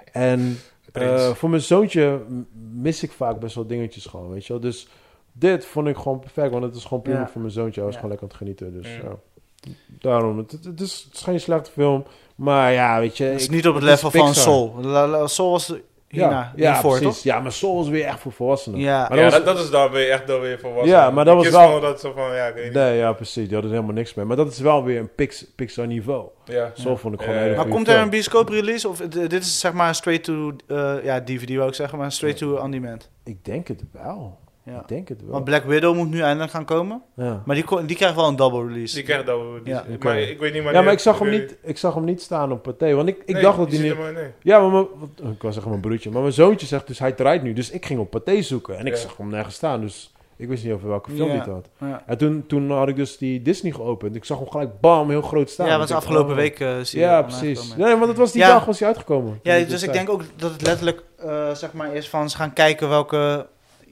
En Prins. voor mijn zoontje mis ik vaak best wel dingetjes gewoon, weet je wel. Dus dit vond ik gewoon perfect, want het is gewoon puur Ja. voor mijn zoontje. Hij was Ja. gewoon lekker aan het genieten, dus Ja. ja. Daarom, het is geen slechte film, maar ja, weet je. Het is ik- niet op het is level van Pixar. Soul. Soul was hierna, hiervoor, precies. toch? Ja, maar Soul is weer echt voor volwassenen. Ja. Maar Ja, dat was- dat is dan weer echt dan weer volwassen. Ja, maar dat Die was kids wel- vonden dat zo van, ja, ik weet niet. Nee, ja, precies. Die hadden er helemaal niks mee. Maar dat is wel weer een Pixar niveau. Ja. Zo vond ik gewoon Ja, een hele ja. Maar goede komt er film. een bioscoop release? Of dit is zeg maar straight to, DVD wou ik zeggen, maar straight to on demand. Ik denk het wel. Ja. Ik denk het wel. Want Black Widow moet nu eindelijk gaan komen. Ja. Maar die krijgt wel een double release. Die krijgt dat. Ja. Maar ik weet niet Ja, maar ik zag hem niet staan op Pathé. Want ik dacht dat hij niet... Nee. Ja, maar ik wou zeggen mijn broertje. Maar mijn zoontje zegt dus hij draait nu. Dus ik ging op Pathé zoeken. En ik Ja. zag hem nergens staan. Dus ik wist niet over welke film Ja. hij het had. Ja, En toen had ik dus die Disney geopend. Ik zag hem gelijk bam, heel groot staan. ja Ik want dacht, afgelopen oh. week zie je Ja, hem precies. aangekomen. Nee, want het was die Ja. dag was hij uitgekomen. Ja, Toen ik dus dit ik zei. denk ook dat het letterlijk zeg maar is van ze gaan kijken welke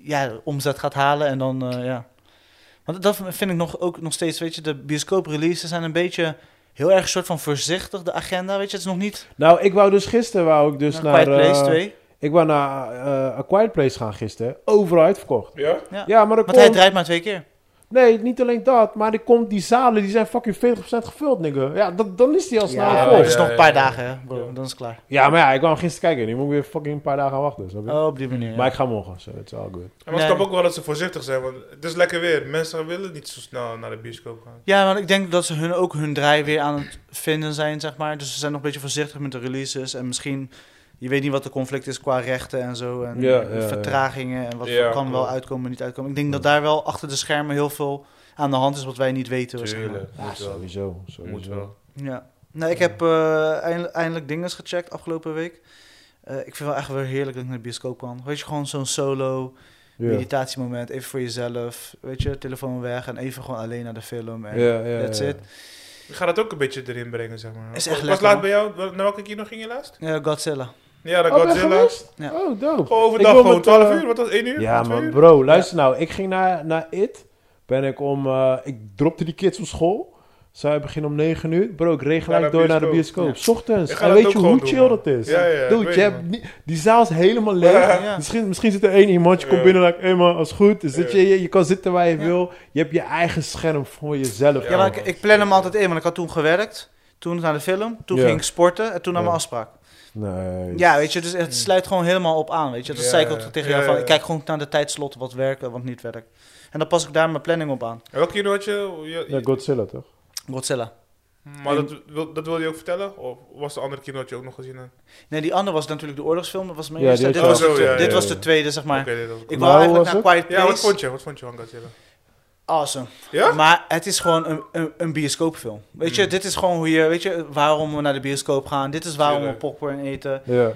omzet gaat halen en dan ja. Want dat vind ik nog steeds, weet je, de bioscoop releases zijn een beetje heel erg een soort van voorzichtig, de agenda, weet je, het is nog niet Nou, ik wou dus gisteren naar naar... Quiet Place 2. Ik wou naar A Quiet Place gaan gisteren. Overal uitverkocht. Ja? Ja. Ja, maar Want hij draait maar 2 keer. Nee, niet alleen dat. Maar die zalen die zijn fucking 40% gevuld, nigga. Ja, dan is die al snel Ja, vol. het is nog een paar ja. dagen, hè, bro. Ja. Dan is het klaar. Ja, maar ja, ik wou hem gisteren kijken. Nu moet ik weer fucking een paar dagen gaan wachten. Snap je? Oh, op die manier. Ja. Maar ik ga morgen, so it's all good. En maar het Nee. kan ook wel dat ze voorzichtig zijn, want het is lekker weer. Mensen willen niet zo snel naar de bioscoop gaan. Ja, want ik denk dat ze ook hun draai weer aan het vinden zijn, zeg maar. Dus ze zijn nog een beetje voorzichtig met de releases. En misschien, je weet niet wat de conflict is qua rechten en zo. En Ja, vertragingen en wat Ja, kan wel klopt. uitkomen en niet uitkomen. Ik denk dat daar wel achter de schermen heel veel aan de hand is wat wij niet weten waarschijnlijk. Tuurlijk, Ja, moet wel. sowieso. Moet wel. Ja. Nee, ik heb eindelijk dingen gecheckt afgelopen week. Ik vind wel echt weer heerlijk dat ik naar de bioscoop kan. Weet je, gewoon zo'n solo Ja. meditatiemoment. Even voor jezelf. Weet je, telefoon weg en even gewoon alleen naar de film. En Ja, that's it. Ik ga dat ook een beetje erin brengen, zeg maar. Is echt was lekker, laat man. bij jou? Naar welke kino ging je laatst? Godzilla. Ja, naar Oh, ben je Godzilla. geweest? Ja. Oh, dope. Gewoon Ik overdag, wil gewoon met, 12 uur. Wat was 1 uur? Ja, 2 maar uur? bro, luister nou. Ik ging naar It. Ben ik ik dropte die kids op school. Zij beginnen om 9 uur. Bro, ik reed gelijk naar door naar de bioscoop. bioscoop. 's Ochtends. Ik ga En dat weet ook je gewoon hoe doen, chill man. dat is? Ja, ja, ik Dude, weet je het, hebt man. die zaal is helemaal leeg. Ja. Misschien zit er één iemand, je komt Ja. binnen en hey man, als goed. Dus dat Ja. je kan zitten waar je Ja. wil. Je hebt je eigen scherm voor jezelf. Ja, Ja, maar man. ik plan hem altijd in, want ik had toen gewerkt. Toen naar de film, toen Ja. ging ik sporten en toen naar Ja. mijn afspraak. Nee. Ja, weet je, dus het sluit gewoon helemaal op aan, weet je. Dat Ja, zei ik ook tegen jou ja, van, ja. ik kijk gewoon naar de tijdslot wat werkt en wat niet werkt. En dan pas ik daar mijn planning op aan. En welke kino had je? Ja, Godzilla toch? Godzilla. Maar dat wilde je ook vertellen? Of was de andere kino dat je ook nog gezien hebt? Nee, die andere was natuurlijk de oorlogsfilm, dat was mijn Ja, eerste. die Dit, had was, je ook. de, Oh, zo, ja, dit ja, was ja. de tweede, zeg maar. Oké, dit was- Ik Maar wou hoe eigenlijk was naar Quiet Ja, Place. wat vond je van Godzilla? Awesome. Ja? Maar het is gewoon een bioscoopfilm. Weet je, dit is gewoon hoe je, weet je, waarom we naar de bioscoop gaan. Dit is waarom we Tuurlijk. popcorn eten. Ja.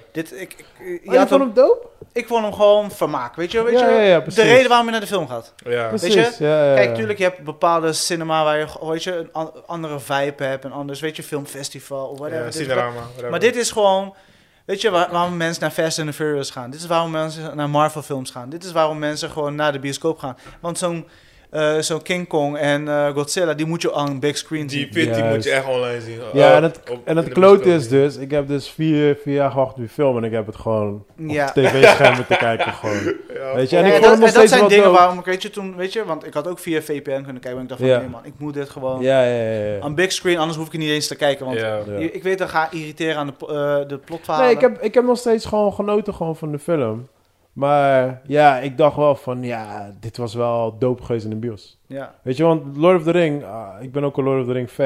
Ja, Je vond hem dope? ik vond hem gewoon vermaak, weet je. Ja, de precies. reden waarom je naar de film gaat. Ja. Precies. Weet je? Ja, ja, Kijk, ja. tuurlijk, je hebt bepaalde cinema waar je, weet je, een andere vibe hebt en anders, weet je, filmfestival of whatever. Ja, Dit is Cinerama. whatever. maar dit is gewoon, weet je, waarom mensen naar Fast and the Furious gaan. Dit is waarom mensen naar Marvel films gaan. Dit is waarom mensen gewoon naar de bioscoop gaan. Want zo'n King Kong en Godzilla, die moet je aan een big screen zien. Die pit die Juist. moet je echt online zien. Ja, Op- en in het de klote bioscoop. is dus, ik heb dus vier jaar gewacht op die film en ik heb het gewoon Ja. op tv-schermen te kijken gewoon. Ja, Weet je, en Ja, ik en vond hem nog dat steeds zijn wel dingen dope. waarom ik, weet je, toen, weet je, want ik had ook via VPN kunnen kijken, maar ik dacht van, Ja. nee man, ik moet dit gewoon Ja, ja, ja. ja. aan big screen, anders hoef ik er niet eens te kijken, want Ja. Ja. ik weet dat ga irriteren aan de plotverhalen. Nee, ik heb nog steeds gewoon genoten gewoon van de film. Maar ja, ik dacht wel van, ja, dit was wel dope geweest in de bios. Ja. Weet je, want Lord of the Ring, ik ben ook een Lord of the Ring fan.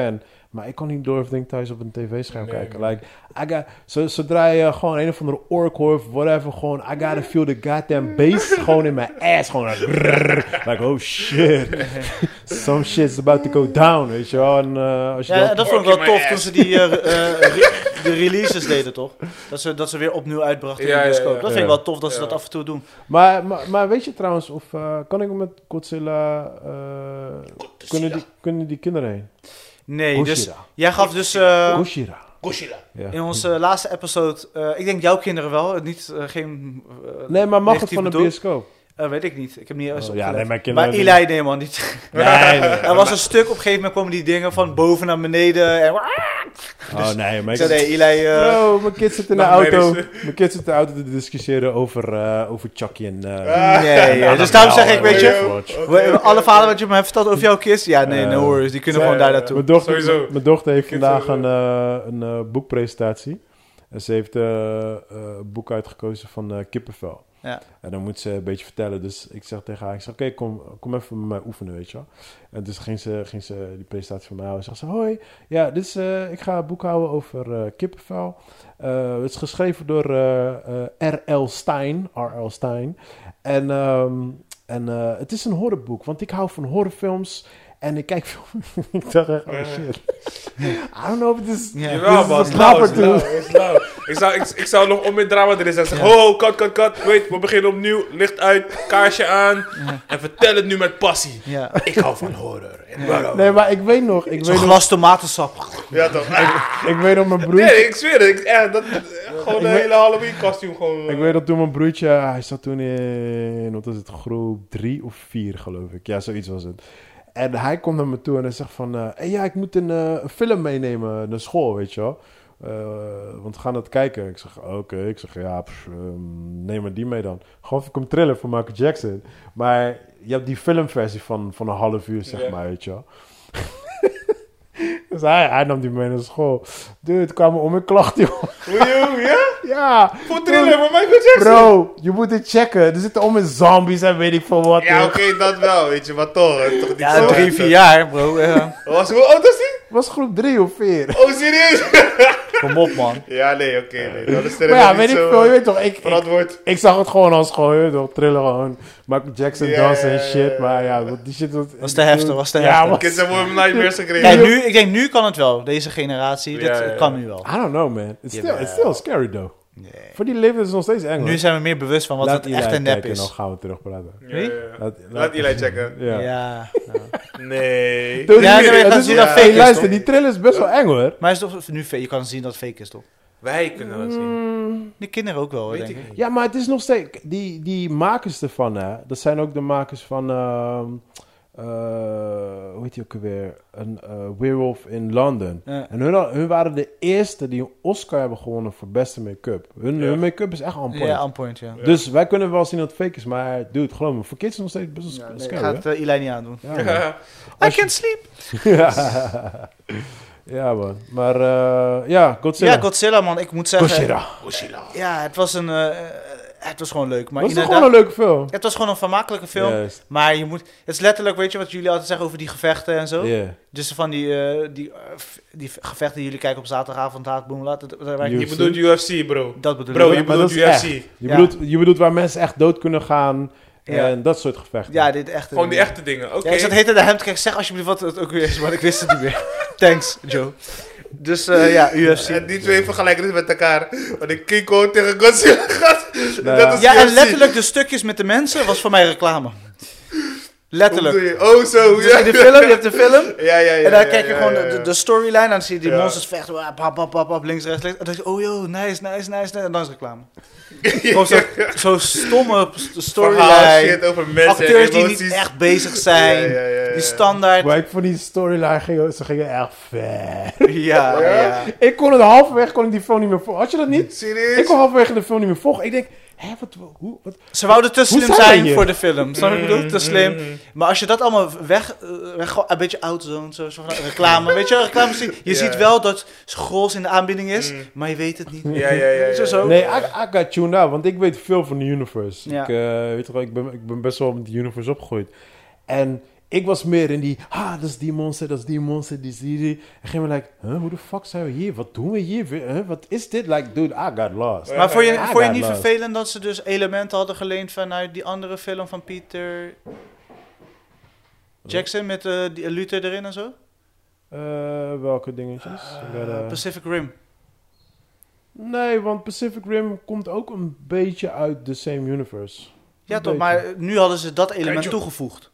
Maar ik kon niet door of denk thuis op een tv-scherm Nee, kijken. man. Like, zodra je gewoon een of andere ork hoort, whatever, gewoon, I gotta feel the goddamn bass gewoon in mijn ass. Gewoon like, oh shit. Some shit's about to go down, weet je wel. En als je Ja, dat vond ik wel Ork in tof my toen ass. ze die de releases deden, toch? Dat ze weer opnieuw uitbrachten in de Ja, ja, bioscoop. ja. Dat vind ik wel tof dat ze Ja. dat af en toe doen. Maar weet je trouwens, of kan ik met Godzilla, kunnen die kinderen heen? Nee, dus Gojira. jij gaf dus Gojira. Godzilla. Ja. in onze laatste episode, ik denk jouw kinderen wel, niet geen... Nee, maar mag het negatief van de bedoeld. bioscoop? Weet ik niet. Ik heb niet eens Ja, opgelet. nee, mijn kinderen... Maar Eli, nee man, niet. Nee. Er was een stuk, op een gegeven moment kwamen die dingen van boven naar beneden. En... Oh nee, maar Ik zei, nee, Eli... Bro, mijn kids zitten in de Nog auto. medisch. Mijn kids zitten in de auto te discussiëren over Chucky en... nee, dus daarom zeg ik, weet je... Overwatch. Alle verhalen wat je me hebt verteld over jouw kids, ja, nee, no worries. Die kunnen gewoon daar naartoe. Sowieso. Mijn dochter heeft Kids vandaag sowieso. een boekpresentatie. En ze heeft een boek uitgekozen van kippenvel. Ja. En dan moet ze een beetje vertellen. Dus ik zeg tegen haar, oké, kom even met mij oefenen, weet je wel. En dus ging ze die presentatie van mij houden. Zegt ze, hoi, ja, ik ga een boek houden over kippenvel. Het is geschreven door R.L. Stein. En het is een horrorboek, want ik hou van horrorfilms. En ik kijk film. Ik dacht echt, oh shit. I don't know if it is... Ja. Jawel, Dit man. is een slapper toe. Is lauw. Ik zou nog om in drama erin zetten. Zeggen, ho, cut. Wait, we beginnen opnieuw. Licht uit, kaarsje aan. En vertel het nu met passie. Ja. Ik hou van horror. Nee, maar ik weet nog... Zo'n glas tomatensap. Ja, toch? Ik weet nog mijn broertje... Nee, ik zweer het. Gewoon de hele Halloween kostuum gewoon. Ik weet dat toen mijn broertje, hij zat toen in, wat was het, groep 3 of 4 geloof ik. Ja, zoiets was het. En hij komt naar me toe en hij zegt van, hey, ja, ik moet een film meenemen naar school, weet je wel. Want we gaan dat kijken. Ik zeg, oké. Ik zeg, ja, neem maar die mee dan. Gewoon ik hem thriller van Michael Jackson. Maar je hebt die filmversie van een half uur, zeg maar, weet je wel. Dus hij nam die mee naar school. Dude, het kwam om een klacht, joh. Ja? Ja. Voor thriller van Michael Jackson? Bro, je moet het checken. Er zitten om in zombies en weet ik veel wat. Ja, oké, dat wel, weet je. Maar toch niet Ja, zo 3, 4 jaar, bro. Hoe oud was die? Het was groep 3 of 4. Oh, serieus? Kom op, man. Ja, nee, oké. Nee. Dat is Maar ja, weet ik veel. Je weet toch, verantwoord. ik zag het gewoon als gewoon, je weet toch, trillen gewoon. Michael Jackson Ja, dansen en ja, shit. ja, Maar ja. ja, die shit Was te heftig, Ja, man. Kids hebben nightmares gekregen. Kijk, ik denk nu kan het wel. Deze generatie, Ja, dit ja. kan nu wel. I don't know, man. It's Jawel. still scary, though. Nee. Voor die leven is het nog steeds eng, hoor. Nu zijn we meer bewust van wat Laat het Eli echt en nep kijken en is. dan gaan we terug praten. Wie? Laat Eli checken. Ja. Ja. Nee. Dude, Ja, nee, het dat is- zie je dat hey, fake is, luister, toch? die thriller is best wel eng, hoor. Maar is toch nu fake? Je kan zien dat het fake is, toch? Wij kunnen dat zien. De kinderen ook wel, hoor, Weet denk ik ik. niet. Ja, maar het is nog steeds... Die makers ervan, hè. Dat zijn ook de makers van... hoe heet die ook alweer? Een Werewolf in London. Ja. En hun waren de eerste die een Oscar hebben gewonnen voor beste make-up. Hun make-up is echt on point. Ja, on point, ja. Dus wij kunnen wel zien dat het fake is, maar dude, geloof me, voor kids is het nog steeds best wel Ja, nee, ik scary, ga hè? het Eli niet aandoen. Ja, man. Ja. I can't sleep. Ja, man. Maar ja, Godzilla. Ja, Godzilla, man. Ik moet zeggen... Godzilla. Ja, het was een... het was gewoon leuk. Maar Was toch inderdaad, gewoon een leuke film? het was gewoon een vermakelijke film. Juist. Maar je moet... Het is letterlijk, weet je wat jullie altijd zeggen over die gevechten en zo? Yeah. Dus van die gevechten die jullie kijken op zaterdagavond, laat, boom, laat. Je bedoelt UFC, bro. Dat bedoel Bro, ik. je maar dat bedoelt is UFC. echt. Ja. Je bedoelt waar mensen echt dood kunnen gaan Ja. en dat soort gevechten. Ja, dit echt. Gewoon die echte dingen. Oké. Ja, ik zat heet naar hem te kijken. Zeg alsjeblieft wat het ook weer is, maar ik wist het niet meer. Thanks, Joe. Dus ja, UFC. En die twee vergelijken dus met elkaar. Want ik King Kong tegen Godzilla gaat. Nou Dat is Ja, en UFC. letterlijk de stukjes met de mensen was voor mij reclame. Hoe Letterlijk. bedoel je? Oh, zo. Dus Ja. in de film, je hebt de film. Ja. En dan kijk je gewoon de storyline. En dan zie je die Ja. monsters vechten. Pap, links, rechts. En dan denk je, oh joh, nice. En dan is reclame. Gewoon zo stomme Verhaal, storyline. shit over mensen Acteurs die emoties. niet echt bezig zijn. Ja. Die standaard. Maar ik vond die storyline, ze gingen echt ver. Ja. Ik kon het halverwege die film niet meer volgen. Had je dat niet? Serieus? Ik kon halverwege de film niet meer volgen. Ik denk, hè, wat? Ze wouden te slim zijn we zijn hier? voor de film. Snap je wat ik bedoel? Te slim. Maar als je dat allemaal weg gewoon een beetje outzone, zo van reclame. Weet je, reclame zie je Ja. ziet wel dat Grols in de aanbieding is, maar je weet het niet. Ja. Zo. Nee, I got tuned out, want ik weet veel van de universe. Ja. Ik, weet toch wel, ik ben best wel met de universe opgegroeid. En ik was meer in die, dat is die monster, dat is die monster, die is die. En ging me like, hoe de fuck zijn we hier? Wat doen we hier? Wat is dit? Like, dude, I got lost. Maar vond je niet lost. vervelend dat ze dus elementen hadden geleend vanuit die andere film van Peter Jackson met die Luther erin en zo? Welke dingetjes? Pacific Rim. Nee, want Pacific Rim komt ook een beetje uit the same universe. Ja toch, maar nu hadden ze dat element Kijk, toegevoegd.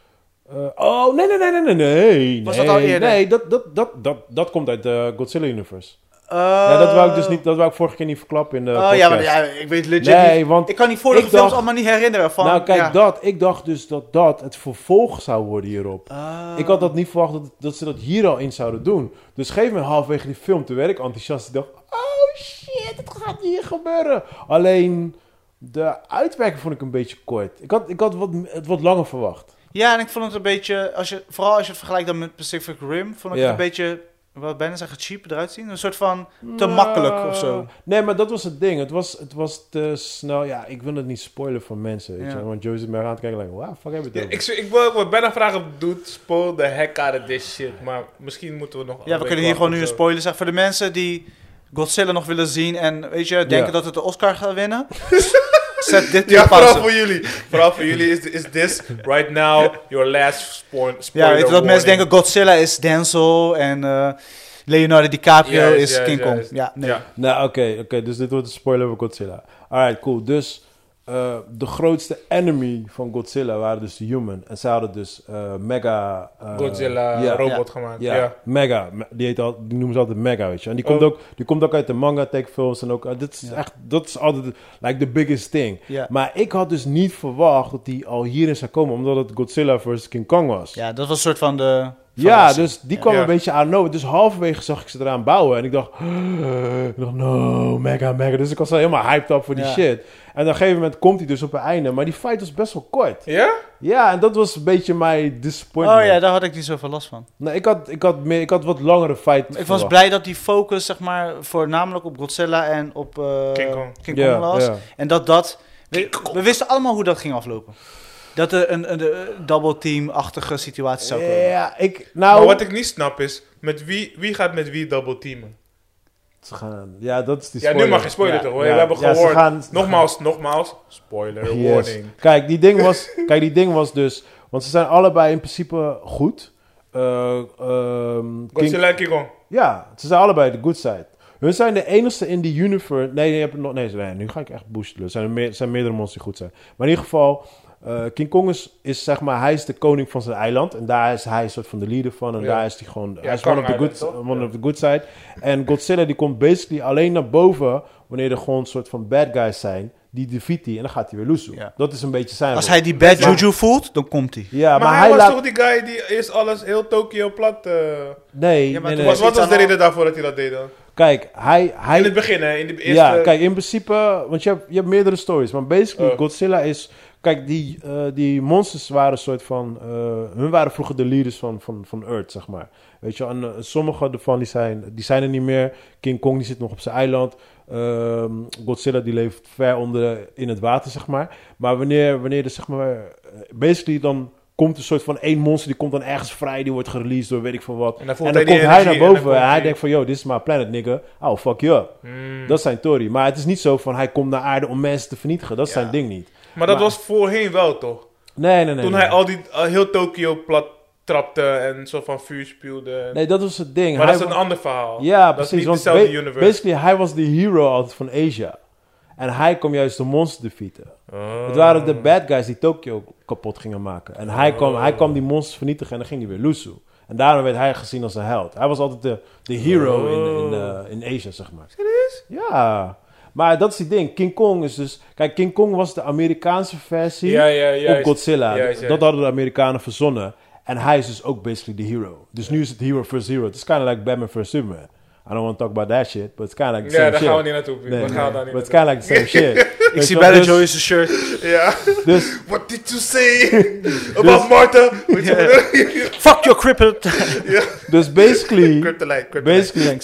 Nee. Was dat al eerder? Nee, dat komt uit de Godzilla universe. Ja, dat wou ik vorige keer niet verklappen in de podcast. Ja, maar ik weet legit Nee, niet. want Ik kan die vorige films allemaal niet herinneren. Van, nou, kijk, ik dacht dus dat het vervolg zou worden hierop. Ik had dat niet verwacht dat ze dat hier al in zouden doen. Dus geef me halverwege die film, toen werd ik enthousiast. Ik dacht, oh shit, het gaat hier gebeuren. Alleen, de uitwerking vond ik een beetje kort. Ik had wat langer verwacht. Ja, en ik vond het een beetje, vooral als je het vergelijkt dan met Pacific Rim, vond ik het een beetje, wat bijna zeggen, cheap eruit zien. Een soort van te makkelijk of zo. Nee, maar dat was het ding. Het was te snel. Ja, ik wil het niet spoilen voor mensen. Weet je? Want Joe zit mij aan te kijken, like, wow, fuck heb je het over? Ik wil bijna vragen, dude, spoil the heck out of this shit. Maar misschien moeten we nog... Ja, we kunnen hier gewoon nu een spoiler zeggen. Voor de mensen die Godzilla nog willen zien en, weet je, denken dat het de Oscar gaat winnen. Zet dit ja, op pauze. Vooral voor jullie is this right now your last spoiler. Ja, weet je dat mensen denken Godzilla is Denzel en Leonardo DiCaprio is King Kong. Ja, nee. Ja. Nou, oké, dus dit wordt een spoiler voor Godzilla. Alright, cool. Dus de grootste enemy van Godzilla waren dus de human. En ze hadden dus Mega... Godzilla robot gemaakt. Ja, Mega. Die noemen ze altijd Mega, weet je. En die komt ook uit de manga techfilms en ook... dat is altijd like the biggest thing. Ja. Maar ik had dus niet verwacht dat die al hierin zou komen, omdat het Godzilla vs. King Kong was. Ja, dat was een soort van de... Ja, dus die kwam een beetje aan nowhere. Dus halverwege zag ik ze eraan bouwen. En ik dacht, no, Mega. Dus ik was al helemaal hyped up voor die shit. En op een gegeven moment komt hij dus op het einde. Maar die fight was best wel kort. Ja? Ja, en dat was een beetje mijn disappointment. Oh ja, daar had ik niet zoveel last van. Nee, ik had wat langere fight. Ik was blij dat die focus, zeg maar, voornamelijk op Godzilla en op King Kong was. Ja. En we wisten allemaal hoe dat ging aflopen. Dat er een double team-achtige situatie zou komen. Ja, maar wat ik niet snap is, met wie gaat met wie double teammen? Ze gaan, ja, dat is die spoiler. Ja, nu mag je spoiler toch? Ja, we hebben gehoord. Nogmaals, spoiler warning. Kijk, die ding was dus... Want ze zijn allebei in principe goed. Godzilla en King Kong. Ja, ze zijn allebei de good side. Hun zijn de enigste in die universe... Nee, nu ga ik echt boosten. Er zijn meerdere monsters die goed zijn. Maar in ieder geval... King Kong is zeg maar, hij is de koning van zijn eiland. En daar is hij een soort van de leader van. En daar is hij gewoon, hij is one of the good side. En Godzilla die komt basically alleen naar boven wanneer er gewoon een soort van bad guys zijn. Die defeat hij en dan gaat hij weer loesoe. Ja. Dat is een beetje zijn Als hij die bad juju voelt, dan komt hij. Ja, maar hij was toch die guy die eerst alles, heel Tokio plat... Nee, ja, nee. Wat was de reden daarvoor dat hij dat deed dan? Kijk, hij... In het begin, hè? In de eerste... Ja, kijk, in principe... Want je hebt meerdere stories. Maar basically, Godzilla is... Kijk, die monsters waren een soort van... hun waren vroeger de leaders van Earth, zeg maar. Weet je, en sommige ervan die zijn er niet meer. King Kong die zit nog op zijn eiland. Godzilla die leeft ver onder in het water, zeg maar. Maar wanneer er, zeg maar... basically dan komt een soort van één monster... die komt dan ergens vrij, die wordt gereleased door weet ik veel wat. En dan komt hij naar boven en hij denkt van... Yo, this is my planet, nigga. Oh, fuck you up. Dat is zijn theorie. Maar het is niet zo van... Hij komt naar aarde om mensen te vernietigen. Dat is zijn ding niet. Maar dat was voorheen wel, toch? Nee. Toen hij al heel Tokio plat trapte en zo van vuur spuwde. Nee, dat was het ding. Maar dat is een ander verhaal. Ja, dat precies. is niet dezelfde universe. Basically, hij was de hero altijd van Asia. En hij kwam juist de monster defeaten. Het waren de bad guys die Tokio kapot gingen maken. En hij kwam die monsters vernietigen en dan ging hij weer loesoe. En daarom werd hij gezien als een held. Hij was altijd de hero in Asia, zeg maar. Serieus? Ja. Maar dat is die ding. King Kong is dus... Kijk, King Kong was de Amerikaanse versie op Godzilla. Dat hadden de Amerikanen verzonnen. En hij is dus ook basically the hero. Dus nu is het hero versus hero. Het is kind of like Batman versus Superman. I don't want to talk about that shit, but it's kind of like the same shit. Ja, daar gaan we niet naartoe. But it's kind of like the same shit. Ik zie bijna Joey's shirt. Ja. Dus... What did you say about Martha? Fuck your kryptonite. Dus basically... Kryptonite. Basically...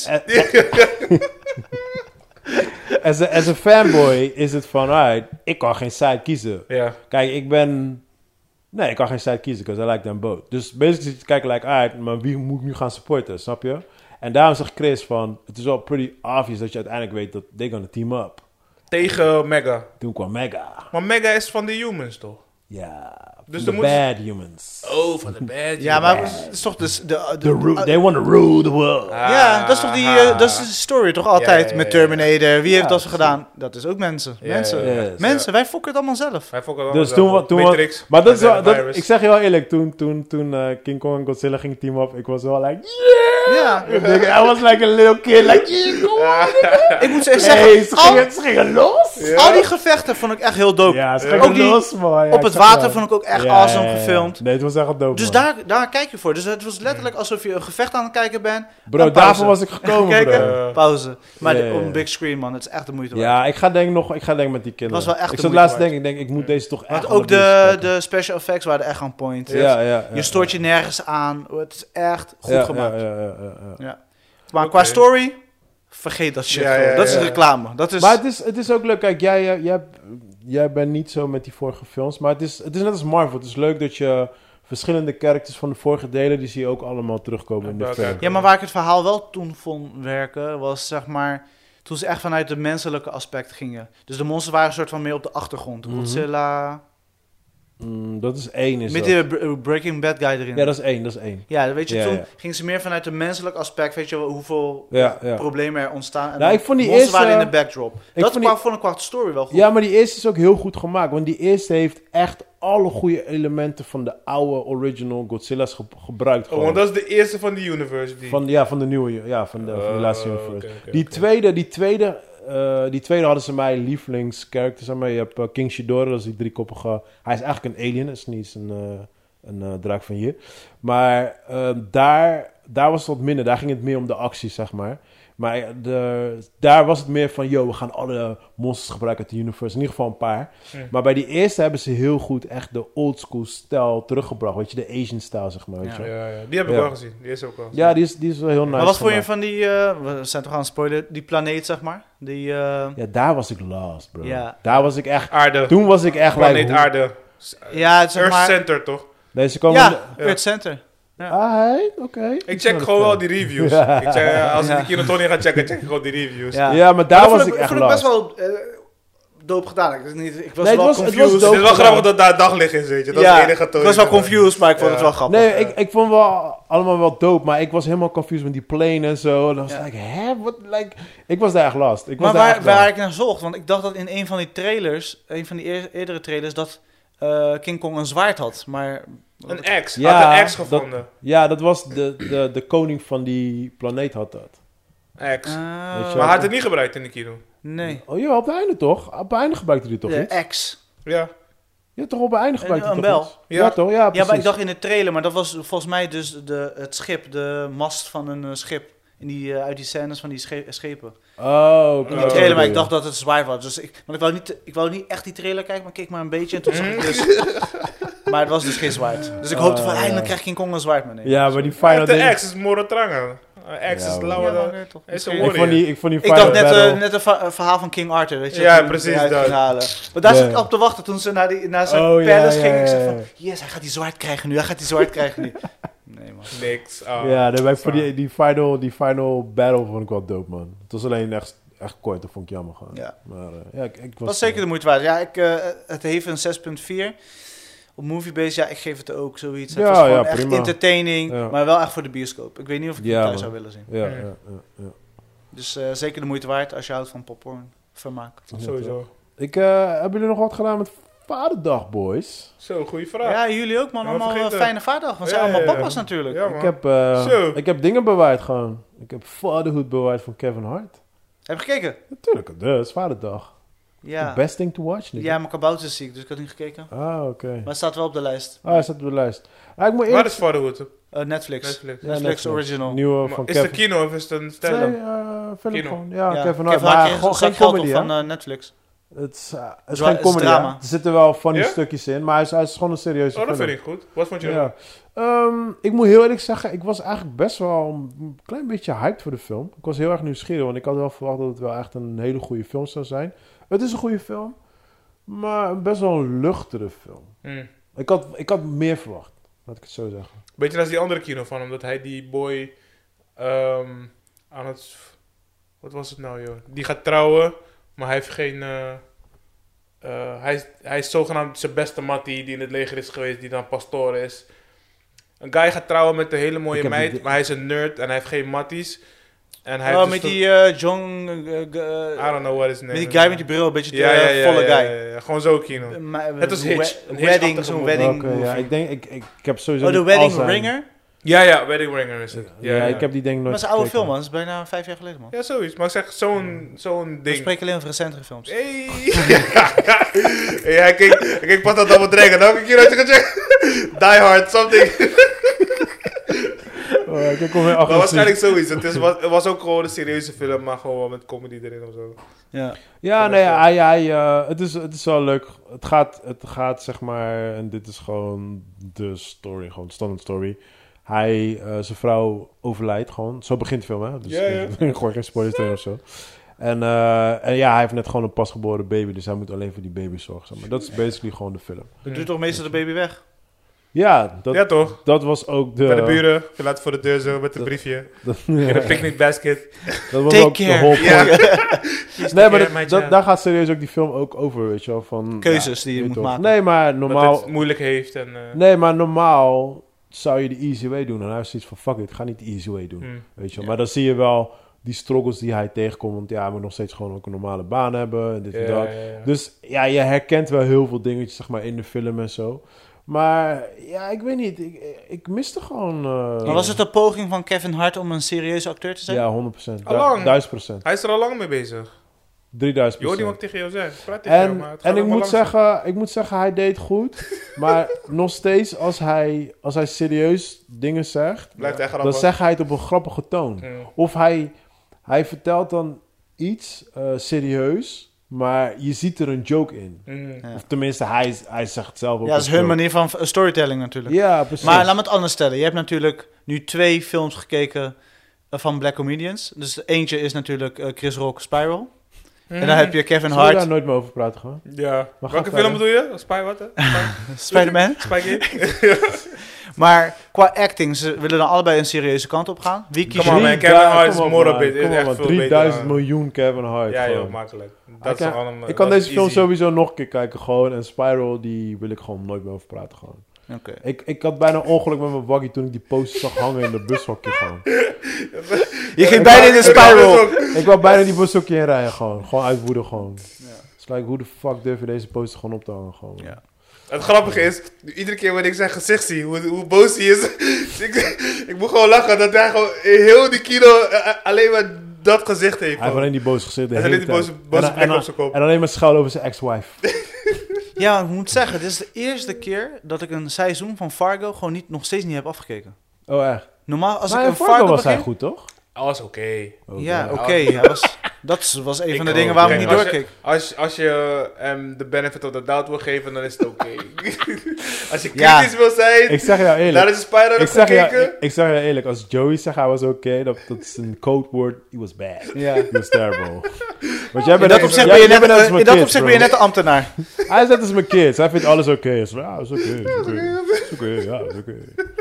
As a fanboy is het van, alright, ik kan geen side kiezen. Ja. Kijk, ik ben Nee, ik kan geen side kiezen, because I like them both. Dus basically zit je te kijken, like, alright, maar wie moet ik nu gaan supporten, snap je? En daarom zegt Chris van, het is wel pretty obvious dat je uiteindelijk weet dat they're gonna team up. Tegen Mega. Toen kwam Mega. Maar Mega is van de humans, toch? Ja, Dus de dan moet ze- bad humans. Oh, van de bad. Ja, maar het is toch dus They want to rule the world. Ja, dat is toch dat is de story toch altijd Ja. met Terminator. Wie heeft dat precies. gedaan? Dat is ook mensen. Ja, mensen. ja, ja. Yes. Mensen, wij fokken het allemaal zelf. Hij fokt wel Dus zelf toen op. Matrix. maar dat is wel, Virus. ik zeg je wel eerlijk, toen King Kong en Godzilla gingen team up, ik was wel like, Ja. I was like a little kid, like, Ik moet zeggen, hey, ze gingen los. Ja. al die gevechten vond ik echt heel dope. Ja, ze Ook gingen die los, man. Ja, op ik het zag water wel. vond ik ook echt Ja, awesome ja, ja. gefilmd. Nee, het was echt dope, Dus man. daar kijk je voor. Dus het was letterlijk alsof je een gevecht aan het kijken bent. Bro, en pauze. daarvoor was ik gekomen, Kijken, bro. pauze. Maar Ja, ja, op ja. een big screen, man. Het is echt de moeite waard. Ja, ik ga denk met die kinderen. was wel echt ik de zat moeite laatst waard. denken, ik moet deze toch echt Want aan ook de bios kijken. de special effects waren echt on point. Ja. Je stoort je nergens aan. Het is echt goed Ja, gemaakt. ja. Ja. Maar Oké. qua story, vergeet dat shit. Ja, gewoon. ja, Dat is ja. reclame. Dat is... Maar het is ook leuk. Kijk, jij bent niet zo met die vorige films. Maar het is net als Marvel. Het is leuk dat je verschillende characters van de vorige delen, die zie je ook allemaal terugkomen in de Ja, film. Ja, maar waar ik het verhaal wel toen vond werken, was zeg maar... Toen ze echt vanuit de menselijke aspect gingen. Dus de monsters waren een soort van meer op de achtergrond. Mhm. Godzilla... Dat is 1 is Met dat. die Breaking Bad guy erin. Ja, dat is 1. Ja, weet je, Ja, toen ja. gingen ze meer vanuit het menselijk aspect. Weet je wel, hoeveel Ja. problemen er ontstaan. En Nou, dan ik vond die monsters eerste- waren in de backdrop. Dat vond die- vond ik qua story wel goed. Ja, maar die eerste is ook heel goed gemaakt. Want die eerste heeft echt alle goede elementen van de oude original Godzilla's gebruikt. Oh, Gewoon. want dat is de eerste van die universe. Die... Van de nieuwe, van de laatste universe. oké, Die oké. tweede hadden ze mijn lievelingscharacter. Zeg maar. Je hebt King Ghidorah, dat is die driekoppige... Hij is eigenlijk een alien, dat is niet een draak van hier. Maar daar was het wat minder. Daar ging het meer om de actie, zeg maar. Maar daar was het meer van... Yo, we gaan alle monsters gebruiken uit de universe. In ieder geval een paar. Maar bij die eerste hebben ze heel goed echt de oldschool stijl teruggebracht. Weet je, de Asian stijl, zeg maar. Weet je? Ja, die heb ik Ja. wel gezien. Die is ook wel. Ja, die is wel heel nice. Maar wat vond je gemaakt. van die... we zijn toch aan het spoilen. Die planeet, zeg maar. Die... Ja, daar was ik lost, bro. Ja. Daar was ik echt... Aarde. Toen was ik echt Planeet like... Aarde. ja, het zeg Earth maar... Center, toch? Nee, ze komen... Ja, Earth Center. Oké. Ik check gewoon wel die reviews. Ja. Ik check, als Ja. ik de Kino niet ga checken, check ik gewoon die reviews. Ja. Ja, maar daar dat was vond ik echt vond ik best lost. wel dope gedaan. Ik was Nee, wel het was confused. dope. Het is wel grappig dat daar daglicht in zit. Dat is het enige ik was wel confused, maar ik vond het wel grappig. Nee, ik vond wel allemaal wel dope, maar ik was helemaal confused met die plane en zo. En dan was Ja. ik like, hè? Wat? Like, ik was daar echt lost. Ik was Maar daar echt waar lost. ik naar zocht, want ik dacht dat in een van die trailers, een van die eerdere trailers, dat King Kong een zwaard had. Maar Een ex. Ja, Had een ex gevonden. Ja, dat was de koning van die planeet had dat. Ex. Weet je Maar hij had het niet gebruikt in de kino. nee, Oh ja, op het einde toch? Op het einde gebruikte hij toch de iets? ex. Ja. Ja, toch op het einde gebruikte hij een toch bel. iets? Ja. Ja, toch? Ja, Ja, precies. maar ik dacht in de trailer, maar dat was volgens mij dus het schip, de mast van een schip. In die, uit die scènes van die schepen. Oh, oké. In die trailer, maar ik dacht dat het zwaar was. Dus ik wou niet echt die trailer kijken, maar ik keek maar een beetje. En toen zag ik dus... Maar het was dus geen zwaard. Dus ik hoopte van, eindelijk krijgt King Kong een zwaard. Maar nee. Ja, maar die Hij final heeft een ding... ex. is Morotranga. Ex Ja, is man. lauwe. Ja, maar toch. Is een Ik warrior. Ik vond die Ik final dacht battle... net een verhaal van King Arthur, weet je. Ja, toen precies, hij uit dat. ging halen. Maar daar zat ik Ja. op te wachten toen ze naar zijn Oh, ja, palace ja, gingen. Ik ja, zeg ja. van, yes, hij gaat die zwaard krijgen nu, hij gaat die zwaard krijgen nu. Nee, man. Niks. Ja, nee, maar ik vond die final battle vond ik wel dope, man. Het was alleen echt kort, dat vond ik jammer gewoon. Ja. Maar ja, ik Dat was zeker de moeite waard. Ja, het heeft een 6.4. Op Moviebase, ja, ik geef het ook zoiets. Het Ja, was gewoon ja, echt prima. entertaining, Ja. maar wel echt voor de bioscoop. Ik weet niet of ik die Ja, thuis man. zou willen zien. Ja, Mm. ja. Dus zeker de moeite waard als je houdt van popcorn vermaak. Sowieso. Hebben jullie nog wat gedaan met Vaderdag, boys? Zo, goede vraag. Ja, jullie ook, man. Ja, Allemaal vergeten. fijne vaderdag. Want ze Ja, zijn allemaal ja, ja. papa's natuurlijk. Ja, man. Zo. Ik heb dingen bewaard gewoon. Ik heb Fatherhood bewaard van Kevin Hart. Heb je gekeken? Natuurlijk, dat is Vaderdag. Ja. The best thing to watch, nigga. Ja, mijn kabouter is ziek, dus ik had niet gekeken. Ah, oké. Maar het staat wel op de lijst. Ah, hij staat op de lijst. Ah, ik moet Waar eerlijk... is Fatherhood? Netflix. Netflix. Ja, Netflix original. Nieuwe Maar van is het Kevin. een kino of is het een Nee, stand-up? film Kino. gewoon. Ja, Ja, Kevin Hart. Kevin Maar kreeg gewoon zat geen geld comedy, op hè? van Netflix. Het is is geen comedy, drama. hè? Er zitten wel funny Ja? stukjes in, maar hij is gewoon een serieuze Oh, dat film. vind ik goed. Wat vond je Ja. Ik moet heel eerlijk zeggen, ik was eigenlijk best wel een klein beetje hyped voor de film. Ik was heel erg nieuwsgierig, want ik had wel verwacht dat het wel echt een hele goede film zou zijn. Het is een goede film, maar best wel een luchtere film. Ik had meer verwacht, laat ik het zo zeggen. Beetje als die andere kino van hem, dat hij die boy aan het... Wat was het nou, joh? Die gaat trouwen, maar hij heeft geen... hij is zogenaamd zijn beste mattie die in het leger is geweest, die dan pastoor is. Een guy gaat trouwen met een hele mooie meid, maar hij is een nerd en hij heeft geen matties. En hij heeft met dus die John... I don't know what his name met die is. guy met die bril, een beetje volle guy. Ja. Gewoon zo'n kino. Het was Hitch. Een Hitch-achtige Zo'n movie. wedding Oké, ja, movie. ik denk, ik heb sowieso... Oh, The niet Wedding al zijn- Ringer? Ja, Wedding Ringer is het. Ja, ik heb die denk ik Dat nooit is een oude gekeken. film, man. Dat is bijna 5 jaar geleden, man. Ja, zoiets. Maar ik zeg, zo'n We ding. spreken alleen over recentere films. Hey. Hey, hij keek pas dat Double Dragon. Dan heb ik hier uit gecheckt. Die Hard, something. Oh, ik kom weer Maar achter. waarschijnlijk zoiets. Het was ook gewoon een serieuze film, maar gewoon wel met comedy erin of zo. Ja. Ja, nee, het is wel leuk. Het gaat zeg maar, en dit is gewoon de story, gewoon de standaard story. Zijn vrouw overlijdt gewoon. Zo begint de film, hè? Dus Ja. gooi geen spoilers erin of zo. En ja, hij heeft net gewoon een pasgeboren baby, dus hij moet alleen voor die baby zorgen. Zeg maar. Dat is basically gewoon de film. Dan doet toch meestal de baby weg? Ja, Ja, toch? dat was ook de... Bij de buren. Je laat voor de deur zo met een briefje. In een picnic basket. Dat was Take ook de care. whole point. Nee, maar dat, daar gaat serieus ook die film ook over, weet je wel. Van, Keuzes die je weet moet toch. maken. Nee, maar normaal... Dat het moeilijk heeft. En, Nee, maar normaal zou je de easy way doen. En hij is zoiets van, fuck it, ik ga niet de easy way doen. Weet je wel. Ja. Maar dan zie je wel die struggles die hij tegenkomt. Want ja, hij moet nog steeds gewoon ook een normale baan hebben. En dit en dat. Ja. Dus ja, je herkent wel heel veel dingetjes, zeg maar, in de film en zo. Maar ja, ik weet niet. Ik miste gewoon... Maar was het een poging van Kevin Hart om een serieuze acteur te zijn? Ja, 100%. Allang. 1000%. Hij is er al lang mee bezig. 3000%. Je hoort niet wat ik tegen jou zeg. Praat tegen jou, maar het gaat En ik allemaal langzaam. moet zeggen, hij deed goed. Maar nog steeds, als hij serieus dingen zegt, Blijft hij dan grappig. zegt hij het op een grappige toon. Of hij vertelt dan iets serieus, maar je ziet er een joke in. Ja. Of tenminste, hij zegt het zelf ook. Ja, dat is een hun joke. manier van storytelling natuurlijk. Ja, precies. Maar laat me het anders stellen. Je hebt natuurlijk nu 2 films gekeken van Black Comedians. Dus eentje is natuurlijk Chris Rock, Spiral. En dan heb je Kevin Zullen we daar Hart, nooit meer over praten gaan? Ja. Maar ga Welke verder. film bedoel je? Spy wat? Spider-Man. Spy Kid? Maar qua acting, ze willen dan allebei een serieuze kant op gaan. Wie kies Come on, je? man. Kevin Hart is Kom op, morbid. man. Is Kom echt op, veel 3000 beter. miljoen Kevin Hart. Ja, gewoon. joh, makkelijk. Dat is allemaal... Ik kan dat is deze film easy. sowieso nog een keer kijken gewoon. En Spiral, die wil ik gewoon nooit meer over praten gewoon. Oké. Ik had bijna ongeluk met mijn waggie toen ik die poster zag hangen in de bushokje gewoon. Je ging bijna in de Spiral. Ik wou bijna die bushokje inrijden gewoon. Gewoon uit woede gewoon. Het is like, hoe de fuck durf je deze poster gewoon op te hangen gewoon. Ja. Het grappige is, iedere keer wanneer ik zijn gezicht zie, hoe boos hij is, ik moet gewoon lachen dat hij gewoon in heel die kino alleen maar dat gezicht heeft. Hij heeft gewoon. alleen die boos gezicht de Hij hele heeft alleen tijd. die boze En- plek en- op zijn kop. En alleen maar schuil over zijn ex-wife. Ja, ik moet zeggen, dit is de eerste keer dat ik een seizoen van Fargo gewoon nog steeds niet heb afgekeken. Oh echt? Normaal, als Maar ik in een Fargo Fargo was hij begin... goed toch? Alles oké. Oh, Ja, damn. oké. Dat was een van de dingen waarom ik niet doorkeek. Als je hem de benefit of the doubt wil geven, dan is het oké. Als je Ja. kritisch wil zijn, Ik zeg jou eerlijk. daar is een Spider Ik op zeg gekeken. je eerlijk, als Joey zegt hij was oké, dat is een codewoord. He was bad. Ja. He was terrible. Want jij In bent dat net- opzicht jij- ben je jij bent net, als mijn in dat kids, opzicht bro. ben je net de ambtenaar. Hij is net als mijn kids. Hij vindt alles oké. Is ja, is oké. Is oké. Ja, is oké.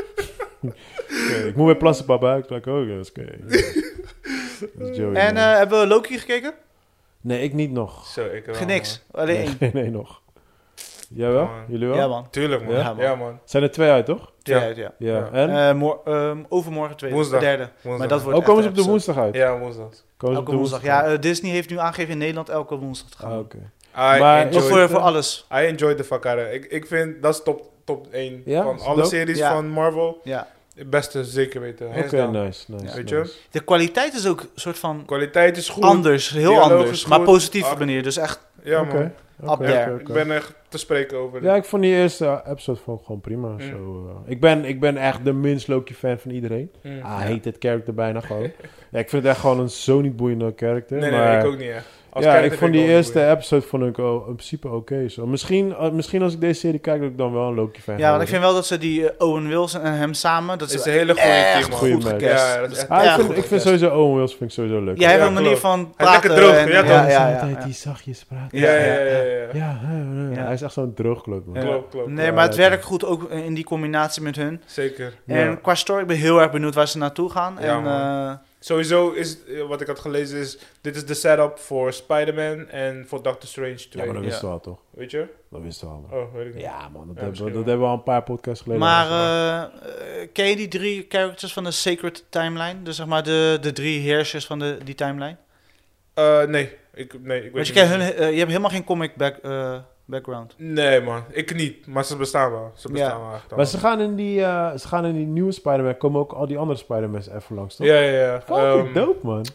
Oké, ik moet weer plassen, papa. Ik zeg, oh, ja, is oké. Dat is Joey, En man. hebben we Loki gekeken? Nee, ik niet nog. Zo, ik wel, Geen niks. Alleen één. Nee, nog. Jij wel? Man. Jullie wel? Ja, man. man. Tuurlijk, man. Ja? Ja, man. Zijn er 2 uit, toch? Twee Ja. uit, ja. Ja. Ja. En? Overmorgen tweede. Woensdag. De derde. Woensdag. Maar dat wordt Komen ze echt op de een woensdag uit? Ja, woensdag. Komen ze op Elke de woensdag. Ja, Disney heeft nu aangegeven in Nederland elke woensdag te gaan. Ah, oké. I Maar- Ook enjoyed voor alles. I enjoyed the fuck out of it. Ik vind, dat is top 1 Ja? van Is alle dope? series Ja. van Marvel. Ja. Het beste zeker weten. Oké, hands down. nice. Weet je? nice. De kwaliteit is ook een soort van Kwaliteit is goed. anders. Heel Dialoog anders. is Maar goed. positieve Ach. manier. Dus echt Ja, Oké, man. up there. Ik ben echt te spreken over. Ja, ik vond die eerste episode vond ik gewoon prima. Zo, ik ben echt de minst Loki-fan van iedereen. Mm. I hate that character bijna gewoon. Ja, ik vind het echt gewoon een zo niet boeiende character. Nee, maar, ik ook niet echt. Als ja, character ik vond vind die ook eerste niet episode vond ik in principe oké. Zo. Misschien als ik deze serie kijk, dat ik dan wel een Loki-fan Ja, want ik vind wel dat ze die Owen Wilson en hem samen... Dat Het is is een hele goede echt team, man. Goeie goed match. gecast. Ja, dat is echt Ah, Ja, ik goed vind gecast. sowieso Owen Wilson vind ik sowieso leuk. Jij hebt Ja, een manier klopt. van Hij is praten. lekker droog, en- ja, toch? ja, ja, ja, altijd ja. die zachtjes praten. Ja. Ja, Ja. hij hij is echt zo'n droogkloot, man. Ja. Klopt. Nee, maar het werkt goed ook in die combinatie met hun. Zeker. En qua story, ik ben heel erg benieuwd waar ze naartoe gaan. Ja, en, Sowieso is, wat ik had gelezen is, dit is de setup voor Spider-Man en voor Doctor Strange 2. Ja, maar dat wisten we al, toch? Weet je? Dat wisten we al. Man. Oh, weet ik niet. Ja, man, dat, Ja, hebben, misschien dat wel. hebben we al een paar podcasts geleden. maar ken je die 3 characters van de Sacred Timeline? Dus zeg maar de 3 heersers van die timeline? Nee, ik weet Want je, niet. je hebt helemaal geen comic background. Nee, man. Ik niet. Maar ze bestaan wel. Ze bestaan wel echt. Maar ze gaan in die nieuwe Spider-Man, komen ook al die andere Spider-Mans even langs, toch? Ja. Fucking dope, man.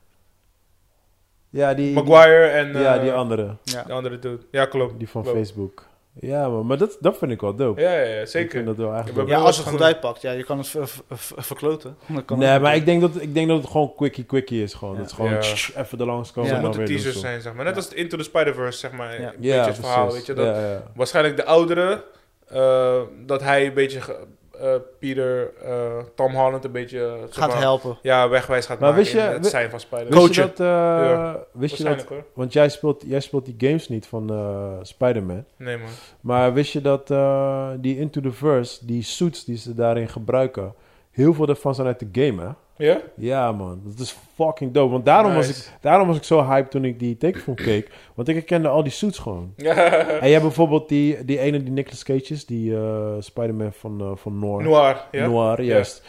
Ja, Maguire en die andere. Ja. de andere dude. Ja, klopt. Die van Klopt. Facebook. Ja, man, maar dat vind ik wel dope. Ja, Ik zeker. vind dat wel echt Ik dope. ben Ja, als het gaan goed doen. uitpakt. Ja, je kan het verkloten. Dan kan Nee, het maar ik denk dat het gewoon quickie is. Gewoon. Ja. Dat is gewoon Ja. even er langskomen Ja. en Het dan moeten weer teasers doen, zo. zijn, zeg maar. Net als Into the Spider-Verse, zeg maar. Ja. Een beetje het verhaal, weet je. Dat, Ja. waarschijnlijk de oudere, dat hij een beetje Peter, Tom Holland een beetje gaat helpen. Ja, wegwijs gaat Maar maken wist je- in het zijn van Spider-Man. Wist je Coachen. dat... Wist je dat... Waarschijnlijk hoor. Want jij speelt die games niet van Spider-Man. Nee man. Maar wist je dat die Into the Verse, die suits die ze daarin gebruiken, heel veel daarvan zijn uit de game, hè? Ja? Ja, man. Dat is fucking dope. Want daarom was ik zo hyped toen ik die tekenfilm keek. Want ik herkende al die suits gewoon. En je hebt bijvoorbeeld die ene, die Nicolas Cage is, die Spider-Man van Noir. Noir, ja? Noir, juist.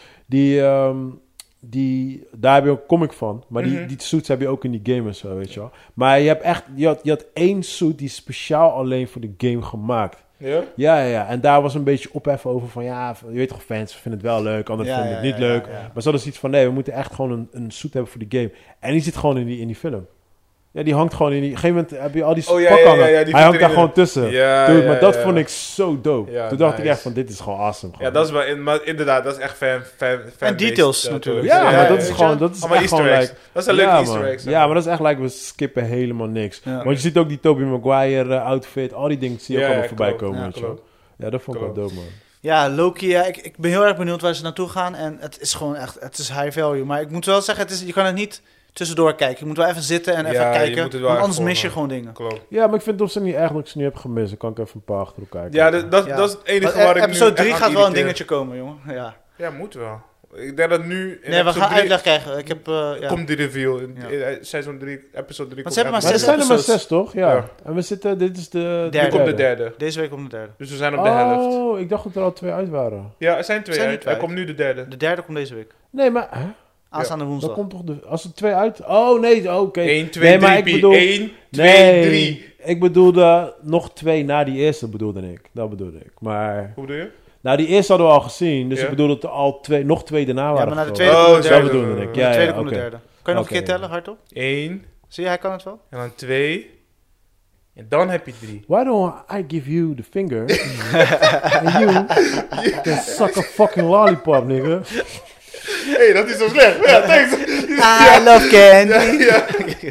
Daar heb je ook een comic van. Maar Mhm. die suits heb je ook in die game en zo, weet je wel. Maar je had één suit die speciaal alleen voor de game gemaakt. Ja? Ja. En daar was een beetje ophef over van, ja, je weet toch, fans vinden het wel leuk, anderen Ja, vinden het ja, niet ja, leuk. ja. Maar ze hadden zoiets van, nee, we moeten echt gewoon een suit hebben voor die game. En die zit gewoon in die film. Ja, die hangt gewoon in die... Op een gegeven moment heb je al die Oh, ja, pak ja, hangen. ja, die Hij hangt daar erin. gewoon tussen. Ja, Dude, ja, maar dat ja. vond ik zo dope. Ja, Toen dacht ik nice. echt van, dit is gewoon awesome. Ja, Gewoon. dat is wel... Maar inderdaad, dat is echt fan En details natuurlijk. Ja, maar dat is weet je? gewoon... Dat is Allemaal echt gewoon easter eggs. like... Dat is een leuke Ja, easter man. egg. Ja, maar dat is echt like, we skippen helemaal niks. Ja. Want je ziet ook die Tobey Maguire outfit, al die dingen zie je ook Ja, allemaal voorbij klopt. komen, Ja, weet je wel. klopt. Ja, dat vond ik wel Klopt. dope, man. Ja, Loki, ja, ik ben heel erg benieuwd waar ze naartoe gaan. En het is gewoon echt, het is high value. Maar ik moet wel zeggen, je kan het niet tussendoor kijken. Je moet wel even zitten en even Ja, je kijken. moet het wel Want echt anders mis je volgen. gewoon dingen. Klopt. Ja, maar ik vind het op zich niet erg dat ik ze niet heb gemist. Dan kan ik even een paar achter elkaar kijken. Ja, dat Ja. is het enige Maar, waar ik nu episode echt 3 aan gaat wel een irriteer. dingetje komen, jongen. Ja. Ja, moet wel. Ik denk dat nu... in Nee, we episode gaan 3 uitleg krijgen. Ik heb, ja. Komt die reveal. In Ja. seizoen 3, episode 3. Want ze hebben Maar er zes zijn er maar episodes. 6, toch? Ja. Ja. En we zitten... Dit is de Derde. Nu komt de derde. Deze week komt de derde. Dus we zijn op de helft. Oh, ik dacht dat er al 2 uit waren. Ja, er zijn 2 Zijn er uit. 2 Er komt nu de derde. De derde komt deze week. Nee, maar... Hè? Aanstaande Dan woensdag. komt toch de... Als er 2 uit... Oh, nee, oké. 1, 2, Nee, maar 3, ik Pi. bedoel- 1, 2, 3. Ik bedoelde nog 2 na die eerste, bedoelde ik. Dat bedoelde ik. Maar... Hoe bedoel je? Nou, die eerste hadden we al gezien. Dus Ja. ik bedoelde dat er al nog 2 daarna waren Ja, maar naar de gekomen. tweede komt de zo derde. bedoelde ik. De Ja, tweede ja, komt de oké. derde. Kan je nog Oké, een keer ja. tellen, hardop? 1. Zie je, hij kan het wel. En dan 2. En dan heb je 3. Why don't I give you the finger? And you can suck a fucking lollipop, nigga. Hé, dat is zo slecht. Ja, thanks. I love candy. Ja.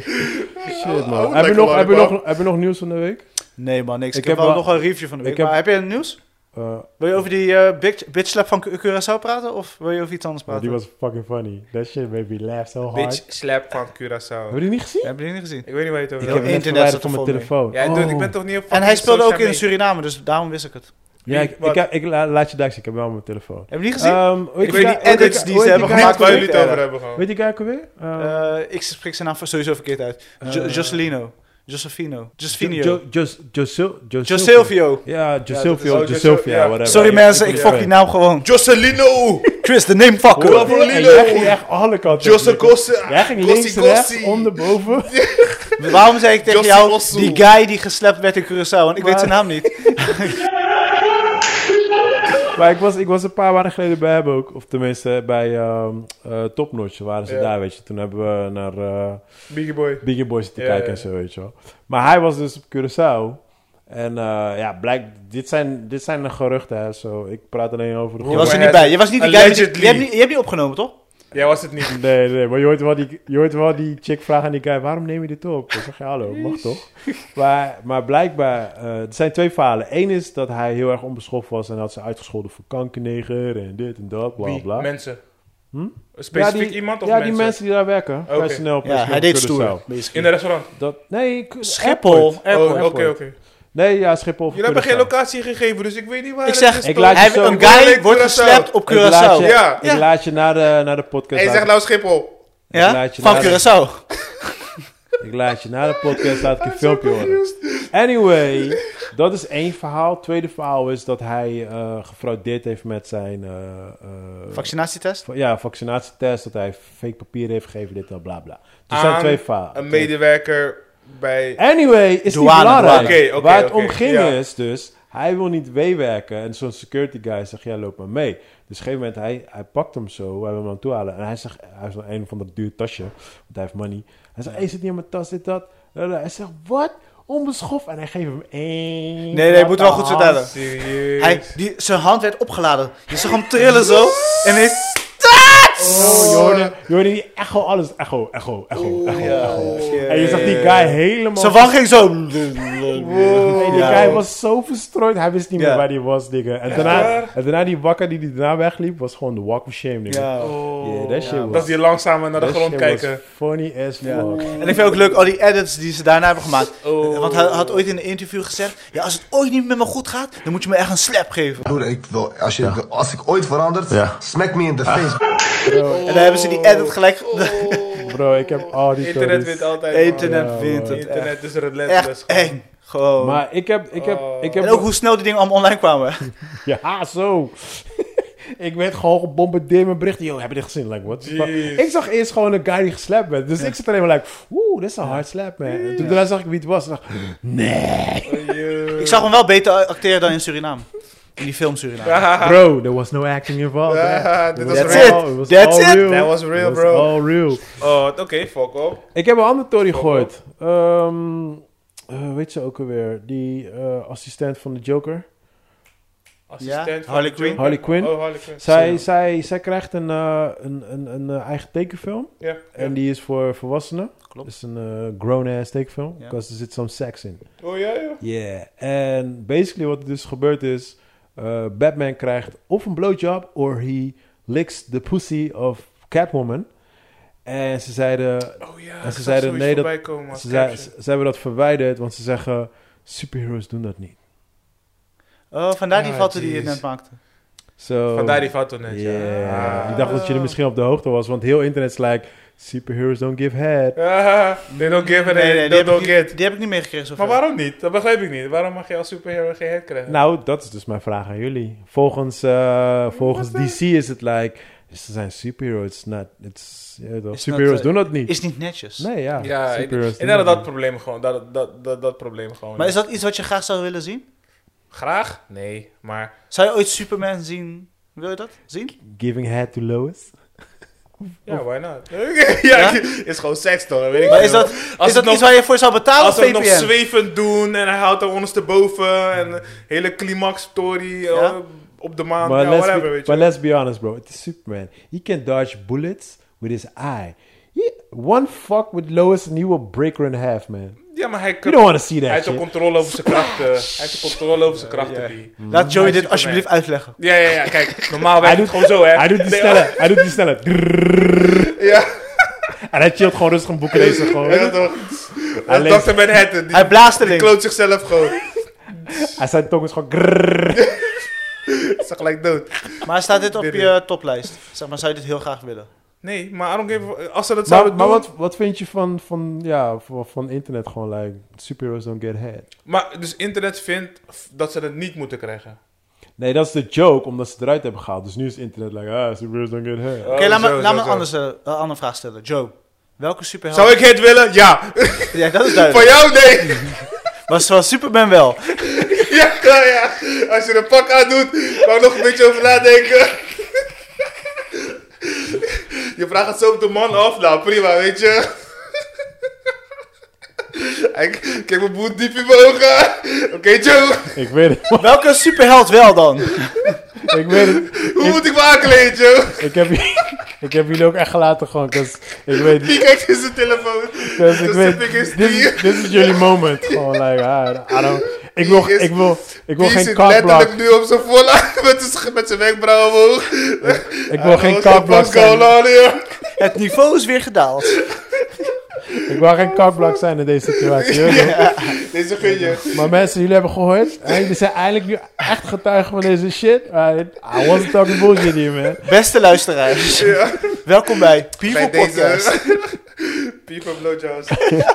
Shit, man. would Heb je like nog, a heb, je lollipop. nog, heb je nog nieuws van de week? Nee man, niks. Ik Ik heb heb wel wel- nog een review van de week. ik heb- Maar heb je nieuws? Uh, Wil je over die bitch slap van Curaçao praten? Of wil je over iets anders praten? die was fucking funny. That shit made me laugh so hard. Bitch slap van Curaçao. Heb je die niet gezien? Heb je die niet gezien? Ik weet niet waar je het over Ik hebt. heb het net internet verwijderd zat van er mijn vol telefoon. Ja, dude, ik Oh. ben toch niet op En hij speelde ook in social Suriname, dus daarom wist ik het. Ja, Wat? laat je duiken. Ik heb wel mijn telefoon. Heb je die gezien? Weet Ik je weet die- niet weet edits je- die weet ze je hebben guy- gemaakt waar jullie voor het de over hebben gewoon. Weet die guy ook alweer? Ik spreek zijn naam sowieso verkeerd uit. Jocelino. Josephino. Josilvio. Josilvio. Ja, dat is- Josilvio, oh, Josilvia, ja. whatever. Sorry mensen, ik weet fok niet. die naam gewoon. Jocelino! Chris, de name fucker. Hola, voor Hey, Lilo. jij ging echt alle kanten. Josse op. Gosse. Jij ging links, rechts, onder, boven. Waarom zei ik tegen Jossie jou, Rosso. die guy die geslept werd in Curaçao? Want ik weet zijn naam niet. Maar ik was een paar maanden geleden bij hem ook. Of tenminste bij Top Notch waren ze Ja. daar, weet je. Toen hebben we naar Biggie Boy. Biggie Boys te Ja, kijken ja. en zo, weet je wel. Maar hij was dus op Curaçao. En dit zijn de geruchten, hè. Zo, ik praat alleen over de Je was er Maar niet hij- bij. Je was niet die guy. Allegedly. Je hebt die opgenomen, toch? Jij was het niet. Nee, maar je hoort wel die chick vragen aan die guy, waarom neem je dit op? Ik zeg, ja, hallo, mag toch? Maar blijkbaar, er zijn 2 verhalen. Eén is dat hij heel erg onbeschoft was en had ze uitgescholden voor kankerneger en dit en dat, bla Wie? bla. Mensen. Hm? Specifiek die, iemand of ja, mensen? die mensen die daar werken. Oké. Personeel, Ja, hij deed stoer. In een restaurant. Nee, Schiphol, airport. airport. Oh, oké. Nee, ja, Schiphol. Jullie hebben geen locatie gegeven, dus ik weet niet waar Ik het zeg, is. ik laat je zo- een guy wordt Curaçao. geslept op Ik laat je, Curaçao. Ja. ik laat je na de podcast... Hij zegt nou Schiphol. Ja? laat je Van naar de- Curaçao. Ik laat je na de podcast laat ik een filmpje horen. Anyway, dat is één verhaal. Tweede verhaal is dat hij gefraudeerd heeft met zijn... Vaccinatietest? vaccinatietest. Dat hij fake papier heeft gegeven, dit en bla bla. Er zijn Aan twee verhalen. Een medewerker bij... Anyway, is niet Douane, belangrijk. Oké, Waar het oké, om ging ja. is dus... Hij wil niet meewerken. En zo'n security guy zegt, ja, loop maar mee. Dus op een gegeven moment, hij pakt hem zo. Hij wil hem aan toe halen. En hij zegt, hij heeft een van dat duur tasje. Want hij heeft money. Hij zegt, hey, zit niet in mijn tas, dit, dat. Hij zegt, wat? Onbeschoft. En hij geeft hem één... Nee, je moet wel goed vertellen. Serieus? Zijn hand werd opgeladen. Je zag hem trillen zo. En hij... Oh, je hoorde die echo, alles. Echo. En je zag die guy helemaal... Zijn wang ging zo. Hey, die guy was zo verstrooid. Hij wist niet meer waar hij was, dingen. En daarna die wakker die daarna wegliep, was gewoon de walk of shame, dingen. Ja. Yeah, that shit was... Dat die langzamer naar de that grond shit kijken. was funny as fuck. En ik vind het ook leuk, al die edits die ze daarna hebben gemaakt. Oh. Want hij had ooit in een interview gezegd... Ja, als het ooit niet met me goed gaat, dan moet je me echt een slap geven. Broer, als ik ooit verander, smack me in the face. En dan hebben ze die edit gelijk... Bro, ik heb al die Internet stories. wint altijd. man. Internet Ja, wint man. het Internet is relentless. echt eng. Gewoon. Maar ik heb En ook hoe snel die dingen allemaal online kwamen. Ja, zo. Ik werd gewoon gebombardeerd met berichten. Yo, heb je dit gezien? Like, what the fuck? Jeez. Ik zag eerst gewoon een guy die geslapt werd. Dus ik zat alleen maar like, oeh, dit is een hard slap, man. En toen daarna zag ik wie het was. En dacht, nee. Ik zag hem wel beter acteren dan in Suriname. In die film Suriname. Bro, there was no acting involved. Ja, man. dit It was was real. all- it was That's all it. real. That was real, It was bro. all real. Oh, oké, fuck op. Ik heb een andere story gehoord. Weet ze ook alweer? Die assistent van de Joker. Assistent van Harley de Quinn. Joker. Harley Quinn. Oh, Harley Quinn. Zij krijgt een eigen tekenfilm. Ja. En die is voor volwassenen. Klopt. Het is een grown-ass tekenfilm. Ja. Because er zit some sex in. Oh ja, ja. Yeah. En basically wat er dus gebeurd is... Batman krijgt of een blowjob... or he licks the pussy of Catwoman. En ze zeiden... Oh ja, En ik ze zag zeiden, zoiets nee, dat- voorbij komen als Ze, caption. ze hebben dat verwijderd... want ze zeggen... superheroes doen dat niet. Oh, vandaar die Ah, foto die je jeez. net maakte. So, Vandaar die foto net, ja. yeah. Ah. Ik dacht dat je er misschien op de hoogte was... want heel internet is like... superheroes don't give head. Ah, they don't give it, Nee, they don't get. die heb ik niet meegekregen zover. Maar waarom niet? Dat begrijp ik niet. Waarom mag je als superhero geen head krijgen? Nou, dat is dus mijn vraag aan jullie. Volgens DC is het like... ze zijn superheroes. Not, it's, superheroes doen dat niet. Is niet netjes. Nee, ja. ja, ik superheroes doen denk dat niet. probleem gewoon, dat probleem gewoon. Maar is dat iets wat je graag zou willen zien? Graag? Nee, maar... Zou je ooit Superman zien? Wil je dat zien? Giving head to Lois? Ja, why not? ja, is gewoon seks toch? Weet ik Maar veel. is dat het nog- iets waar je voor zou betalen Als of we het nog VPN? zwevend doen en hij houdt er ondersteboven en hele climax story Ja? op de maan, Maar ja, whatever, weet je. let's be honest, bro. Het is Superman. He can dodge bullets with his eye. One fuck with Lois and he will break her in half, man. Ja, maar hij You don't want to see hij that heeft de shit. controle over zijn krachten. Hij heeft de controle over zijn krachten, die. Laat Joey dit Superman. alsjeblieft uitleggen. Ja, kijk, normaal werkt het gewoon zo, hè. Hij doet die Nee, snelle. Hij doet die snelle. Ja, En hij chillt gewoon rustig een boek lezen. Gewoon. ja toch. Hij Dat leest- Dr. Manhattan, Hij blaast die erin. kloot zichzelf gewoon. Hij zijn tong is gewoon... grrrr. Is toch gelijk dood. Maar staat dit op Dit je toplijst? Zeg maar, zou je dit heel graag willen? Nee, maar I don't give... Als ze dat Maar, zouden doen... wat vind je van internet gewoon, like, superheroes don't get head? Maar dus internet vindt dat ze het niet moeten krijgen. Nee, dat is de joke, omdat ze het eruit hebben gehaald. Dus nu is internet like, superheroes don't get head. Oké, laat me zo, een zo. andere vraag stellen. Joe, welke superheld... Zou ik het willen? Ja. Ja, dat is Van duidelijk. jou? Nee. Maar van Superman wel. Ja. Als je een pak aan doet, kan ik nog een beetje over nadenken. Je vraagt het zo op de man af. Nou, prima, weet je. Kijk mijn boet diep in mijn ogen. Oké, Joe. Ik weet het. Welke superheld wel dan? Ik weet het. Hoe moet ik me aankleden, Joe? Ik heb jullie ook echt gelaten gewoon, cause ik weet... Die kijkt in zijn telefoon. Cause ik Dan weet, zit ik in dit stier. is jullie moment. Gewoon like, I don't... Ik wil Die geen zit cockblock. letterlijk nu op zijn volle met zijn wenkbrauw omhoog. Ik wil geen What's cockblock going zijn. on here? Het niveau is weer gedaald. Ik wou geen kakblak zijn in deze situatie. Deze gun je. Maar mensen, jullie hebben gehoord. En jullie zijn eindelijk nu echt getuigen van deze shit. I wasn't talking bullshit hier, man. Beste luisteraars, welkom bij People Podcast. People Blowjobs.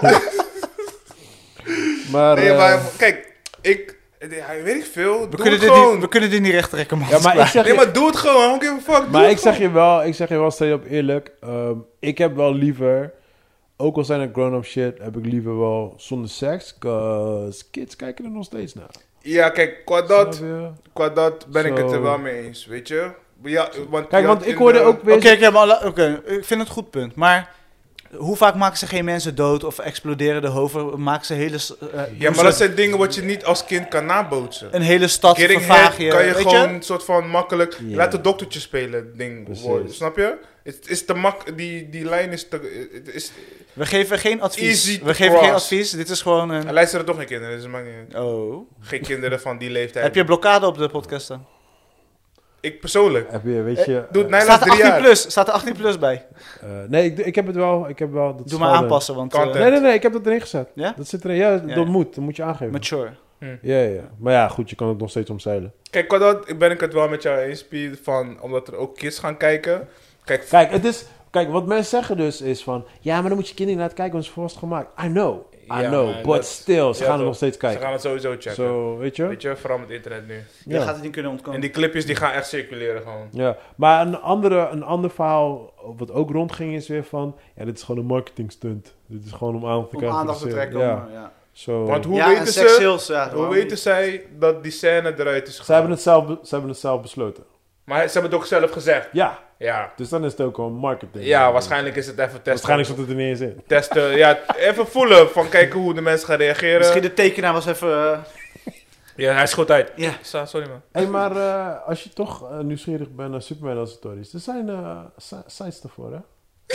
Maar, Nee, maar kijk, weet ik veel. We kunnen dit niet recht trekken, man. ja, maar ik zeg Nee, je, maar doe het gewoon. I don't give a fuck. maar ik zeg je wel straight op eerlijk. Ik heb wel liever, ook al zijn het grown-up shit, heb ik liever wel zonder seks. Cause kids kijken er nog steeds naar. Ja, kijk, qua Snap je? dat ben ik het Zo. er wel mee eens, weet je. Ja, Kijk, want ik hoorde ook weer... Oké, ik vind het een goed punt. Maar hoe vaak maken ze geen mensen dood of exploderen de hoofden? Maken ze hele... Ja, maar dat zijn dingen wat je niet als kind kan nabootsen. een hele stad Getting vervaag head je. kan je weet gewoon een soort van makkelijk... Ja. Laat de doktertje spelen ding Precies. worden, snap je? Het is te die lijn is te... Het is, We geven geen advies. Easy to We geven geen cross. advies. Dit is gewoon er een... luisteren toch geen kinderen, dus het maakt niet uit. Oh. Geen kinderen van die leeftijd. Heb je blokkade op de podcast dan? Ik persoonlijk. Heb je, weet je... Doe het Nijland Staat er 3 jaar. Staat er 18 plus bij? nee, ik heb het wel... Ik heb wel dat Doe maar aanpassen, want... Content. Nee, ik heb dat erin gezet. Ja? Dat zit erin. Ja, Ja. dat moet je aangeven. Mature. Ja. Maar ja, goed, je kan het nog steeds omzeilen. Kijk, qua dat ben ik het wel met jou eens, Piet, van omdat er ook kids gaan kijken. Kijk, wat mensen zeggen dus is van... Ja, maar dan moet je kinderen laten kijken, want het is vast gemaakt. I know, Ja, but maar still, ze ja, gaan er toch. nog steeds Ze kijken. gaan het sowieso checken. Zo, weet je? Weet je, vooral met internet nu. Je Ja. gaat het niet kunnen ontkomen. En die clipjes die gaan echt circuleren gewoon. Ja, maar een ander verhaal wat ook rondging is weer van... Ja, dit is gewoon een marketing stunt. Dit is gewoon om aandacht te om krijgen. aandacht te voor de trekken. serie. Ja. Ja, zo. Want hoe Ja, en weten sex ze... sales, ja. Hoe gewoon weten zij dat die scène eruit is Ze gegaan? hebben het zelf besloten. Maar ze hebben het ook zelf gezegd. Ja, Ja. dus dan is het ook gewoon marketing. Ja, waarschijnlijk is het even testen. Waarschijnlijk zit het er niet eens in. Testen, ja, even voelen van kijken hoe de mensen gaan reageren. Misschien de tekenaar was even... Ja, hij is goed uit. Ja. Sorry man. Hé, maar als je toch nieuwsgierig bent naar Superman als stories, er zijn sites ervoor, hè?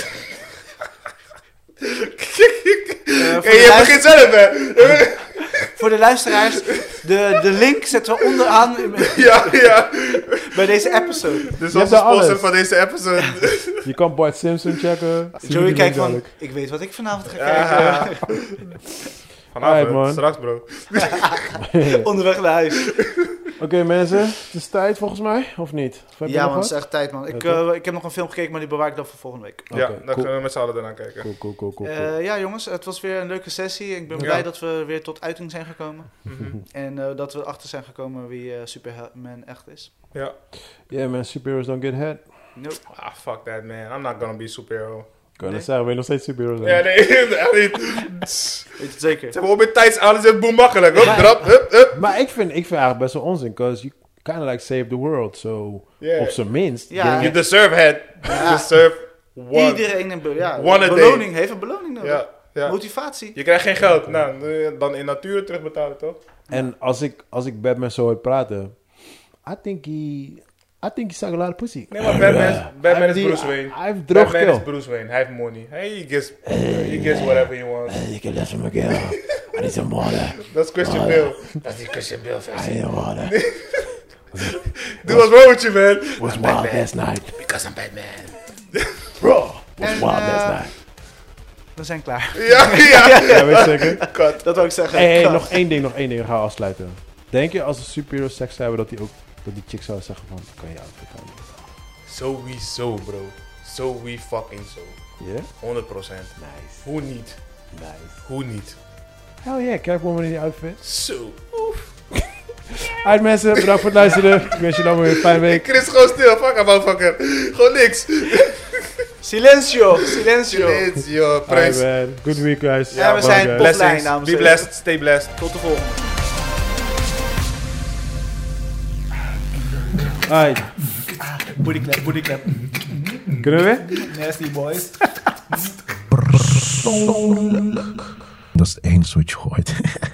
voor, Hey, de je begint zelf hè. voor de luisteraars, de link zetten we onderaan Ja. bij deze episode. Dus hebt onze daar sponsor alles. van deze episode. Je kan Bart Simpson checken. Joey kijkt van, ik weet wat ik vanavond ga kijken. Ja. Vanavond, Alright, man. straks bro. Onderweg naar huis. Oké, mensen, het is tijd volgens mij, of niet? Of heb je Ja nog man, het wat? is echt tijd man. Ja, Ik heb nog een film gekeken, maar die bewaar ik dan voor volgende week. Ja, Oké, dan cool. kunnen we met z'n allen ernaar kijken. Cool. Ja jongens, het was weer een leuke sessie. Ik ben Ja. blij dat we weer tot uiting zijn gekomen. Mhm. En dat we erachter zijn gekomen wie Superman echt is. Ja. Yeah man, superheroes don't get hit. Nope. Ah, fuck that man. I'm not gonna be a superhero. Ik kan Nee? het zeggen, wil je nog steeds superheroes Ja, zijn? nee, echt niet. Weet je het zeker? Ze hebben ook met tijds alles in boem makkelijk. Hup, Ja. drap, hup. Maar ik vind eigenlijk best wel onzin, because you kind of like save the world, so Yeah. op zijn minst. Ja. denk You ik- deserve it. You deserve one. Iedereen een One a beloning heeft een beloning nodig. Ja. Motivatie. Je krijgt geen geld. Nou, dan in natuur terugbetalen, toch? En als ik Batman zo hoor praten, I think he suck a lot of pussy. Nee, maar Batman is Die- Bruce Wayne. Hij heeft droog Batman is kill. Bruce Wayne. Hij heeft money. He gets whatever he wants. You can let him again. I need some water. Dat is Christian Bale. Dat is die Christian Bale versie. I need water. Dude, what's wrong with you, man? Was wild last night. Because I'm Batman. Bro, was En, wild last night. We zijn klaar. Ja. Ja, weet je zeker? Cut. Dat wil ik zeggen. Hey, Kat. nog één ding, dan gaan we afsluiten. Denk je als een superhero seks zou hebben dat die chick zou zeggen van, kan je outfit aan? Sowieso, bro. So we fucking so. Yeah? 100%. Nice. Hoe niet? Nice. Hoe niet? Hell yeah, Catwoman in die outfit. Zo. Alright mensen, bedankt voor het luisteren. Ik wens je allemaal weer een fijne week. Chris, gewoon stil. Fuck hem, motherfucker. Gewoon niks. Silencio. It's your Alright prijs. man, good week guys. Ja, we Bye, zijn guys. offline, Blessings. dames Be en heren. blessed. Stay blessed. Tot de volgende. Alright, Booty clap. kunnen we weer? Nasty boys. Dat is het enige wat je gooit.